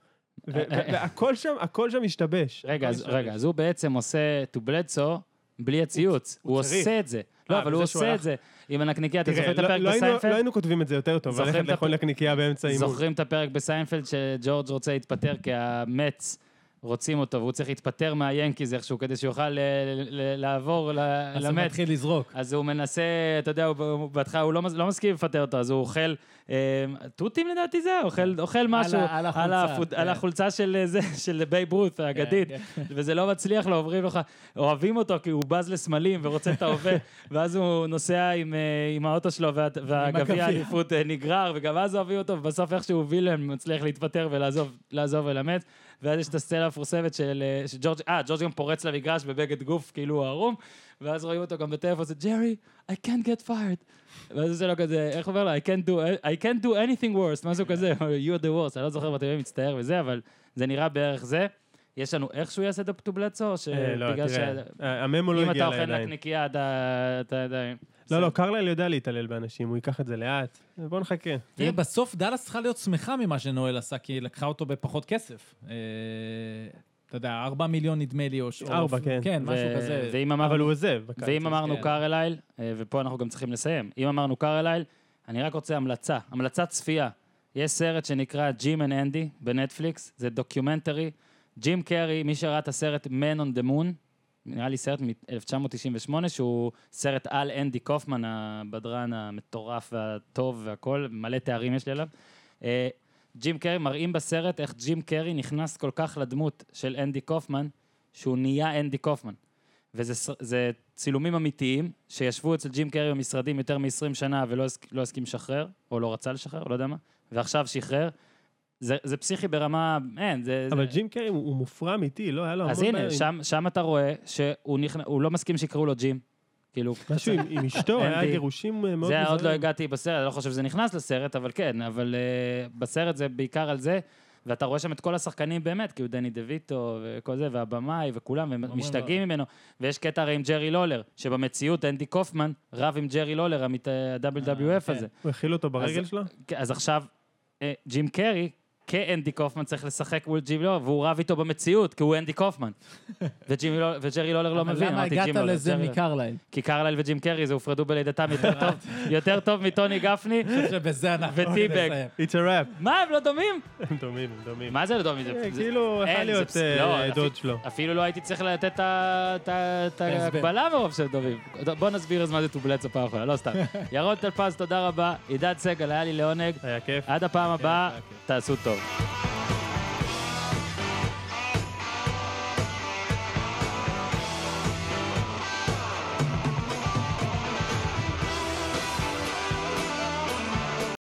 והכל שם השתבש. רגע, אז הוא בעצם עושה טובלצו בלי הציוץ. הוא עושה את זה. לא, אבל הוא עושה את זה. עם הנקניקייה, אתה זוכרים את הפרק בסיינפלד? לא היינו כותבים את זה יותר טוב, ללכת לאכול נקניקייה באמצע אימון. זוכרים את הפרק בסיינפלד שג'ורג' רוצה להתפטר, כי המץ רוצים אותו, והוא צריך להתפטר מהיאנקיז איכשהו, כדי שיוכל לעבור למץ. אז הוא מתחיל לזרוק. אז הוא מנסה, אתה יודע, בהתחלה הוא לא מסכים לפטר אותו, אז הוא אוכל, תותים לדעתי זה, אוכל משהו על החולצה של בייב רות, האגדית, וזה לא מצליח לו, עוברים לך, אוהבים אותו כי הוא בז לסמלים ורוצה את ההווה, ואז הוא נוסע עם האוטו שלו, והגביע האליפות נגרר, וגם אז אוהבים אותו, ובסוף איכשהו וילם מצליח להתפטר ולעזוב אל המץ, ואז יש את הסצנה המפורסמת של ג'ורג' גם פורץ למגרש בבגד גוף, כאילו הוא ערום, ואז רואים אותו גם בטלפון, זה ג'רי, I can't get fired. ואז זה לא כזה, איך אומר לו, I can't do anything worse, משהו כזה, you're the worst, אני לא זוכר בתיאורים מצטער וזה, אבל זה נראה בערך זה. יש לנו איך שהוא יעשה דופ טו בלדסו, או לא, תראה, הממו לא אם הגיע אתה אוכל לידיים. נקניקייה, אתה עדיין... לא, קרליל יודע להתעלל באנשים, הוא ייקח את זה לאט. בוא נחכה. תראה, בסוף דאלאס צריכה להיות שמחה ממה שנואל עשה, כי היא לקחה אותו בפחות כסף. אתה יודע, 4 מיליון נדמה לי, או... 4, כן. כן, משהו כזה. אבל הוא עוזב. ואם אמרנו קרליל, ופה אנחנו גם צריכים לסיים, אם אמרנו קרליל, אני רק רוצה המלצת צפייה. יש סרט שנקרא ג'ים אנד אנדי בנטפליקס, זה דוקיומנטרי. ג'ים קרי, מי שראה את הסרט Man on the Moon, נראה לי סרט מ-1998, שהוא סרט על אנדי קופמן, הבדרן המטורף והטוב והכל, מלא תארים יש לי עליו. ג'ים קרי, מראים בסרט איך ג'ים קרי נכנס כל כך לדמות של אנדי קופמן, שהוא נהיה אנדי קופמן. וזה צילומים אמיתיים, שישבו אצל ג'ים קרי במשרדים יותר מ-20 שנה, ולא הסכים לשחרר, או לא רצה לשחרר, או לא יודע מה, ועכשיו שחרר. זה פסיכי ברמה, אין, זה... אבל ג'ים קרי הוא מופרע אמיתי, לא היה לו המון בעיה. אז הנה, שם אתה רואה שהוא לא מסכים שיקראו לו ג'ים. כאילו... משהו עם אשתו, היה גירושים מאוד מוזרים. זה עוד לא הגעתי בסרט, אני לא חושב שזה נכנס לסרט, אבל כן, אבל בסרט זה בעיקר על זה, ואתה רואה שם את כל השחקנים באמת, כאילו דני דויטו וכל זה, והבמאי וכולם, והם משתגעים ממנו, ויש קטע הרי עם ג'רי לולר, שבמציאות אנדי קופמן רב עם ג'רי לולר, ה-WWF הזה. הוא הכיל אותו ברגל שלו? אז עכשיו, ג'ים קרי, כאנדי קופמן צריך לשחק מול ג'ים לולר, והוא רב איתו במציאות, כי הוא אנדי קופמן. וג'רי לולר לא מבין. למה הגעת לזה מקרליל? כי קרליל וג'ים קרי, זה הופרדו בלידתם יותר טוב מטוני גפני שבזה אנחנו וטיבק. It's a rap. מה, הם לא דומים? הם דומים. מה זה לא דומים? כאילו, יכול להיות דוד שלו. אפילו לא הייתי צריך לתת את ההקבלה מרוב של דומים. בוא נסביר אז מה זה טובלצו פעם אחרונה, לא סתם. ירון טלפז, תודה רבה. עידן סגל, היה לי לעונג. היה כיף. עד הפעם הבאה, תעשו טוב.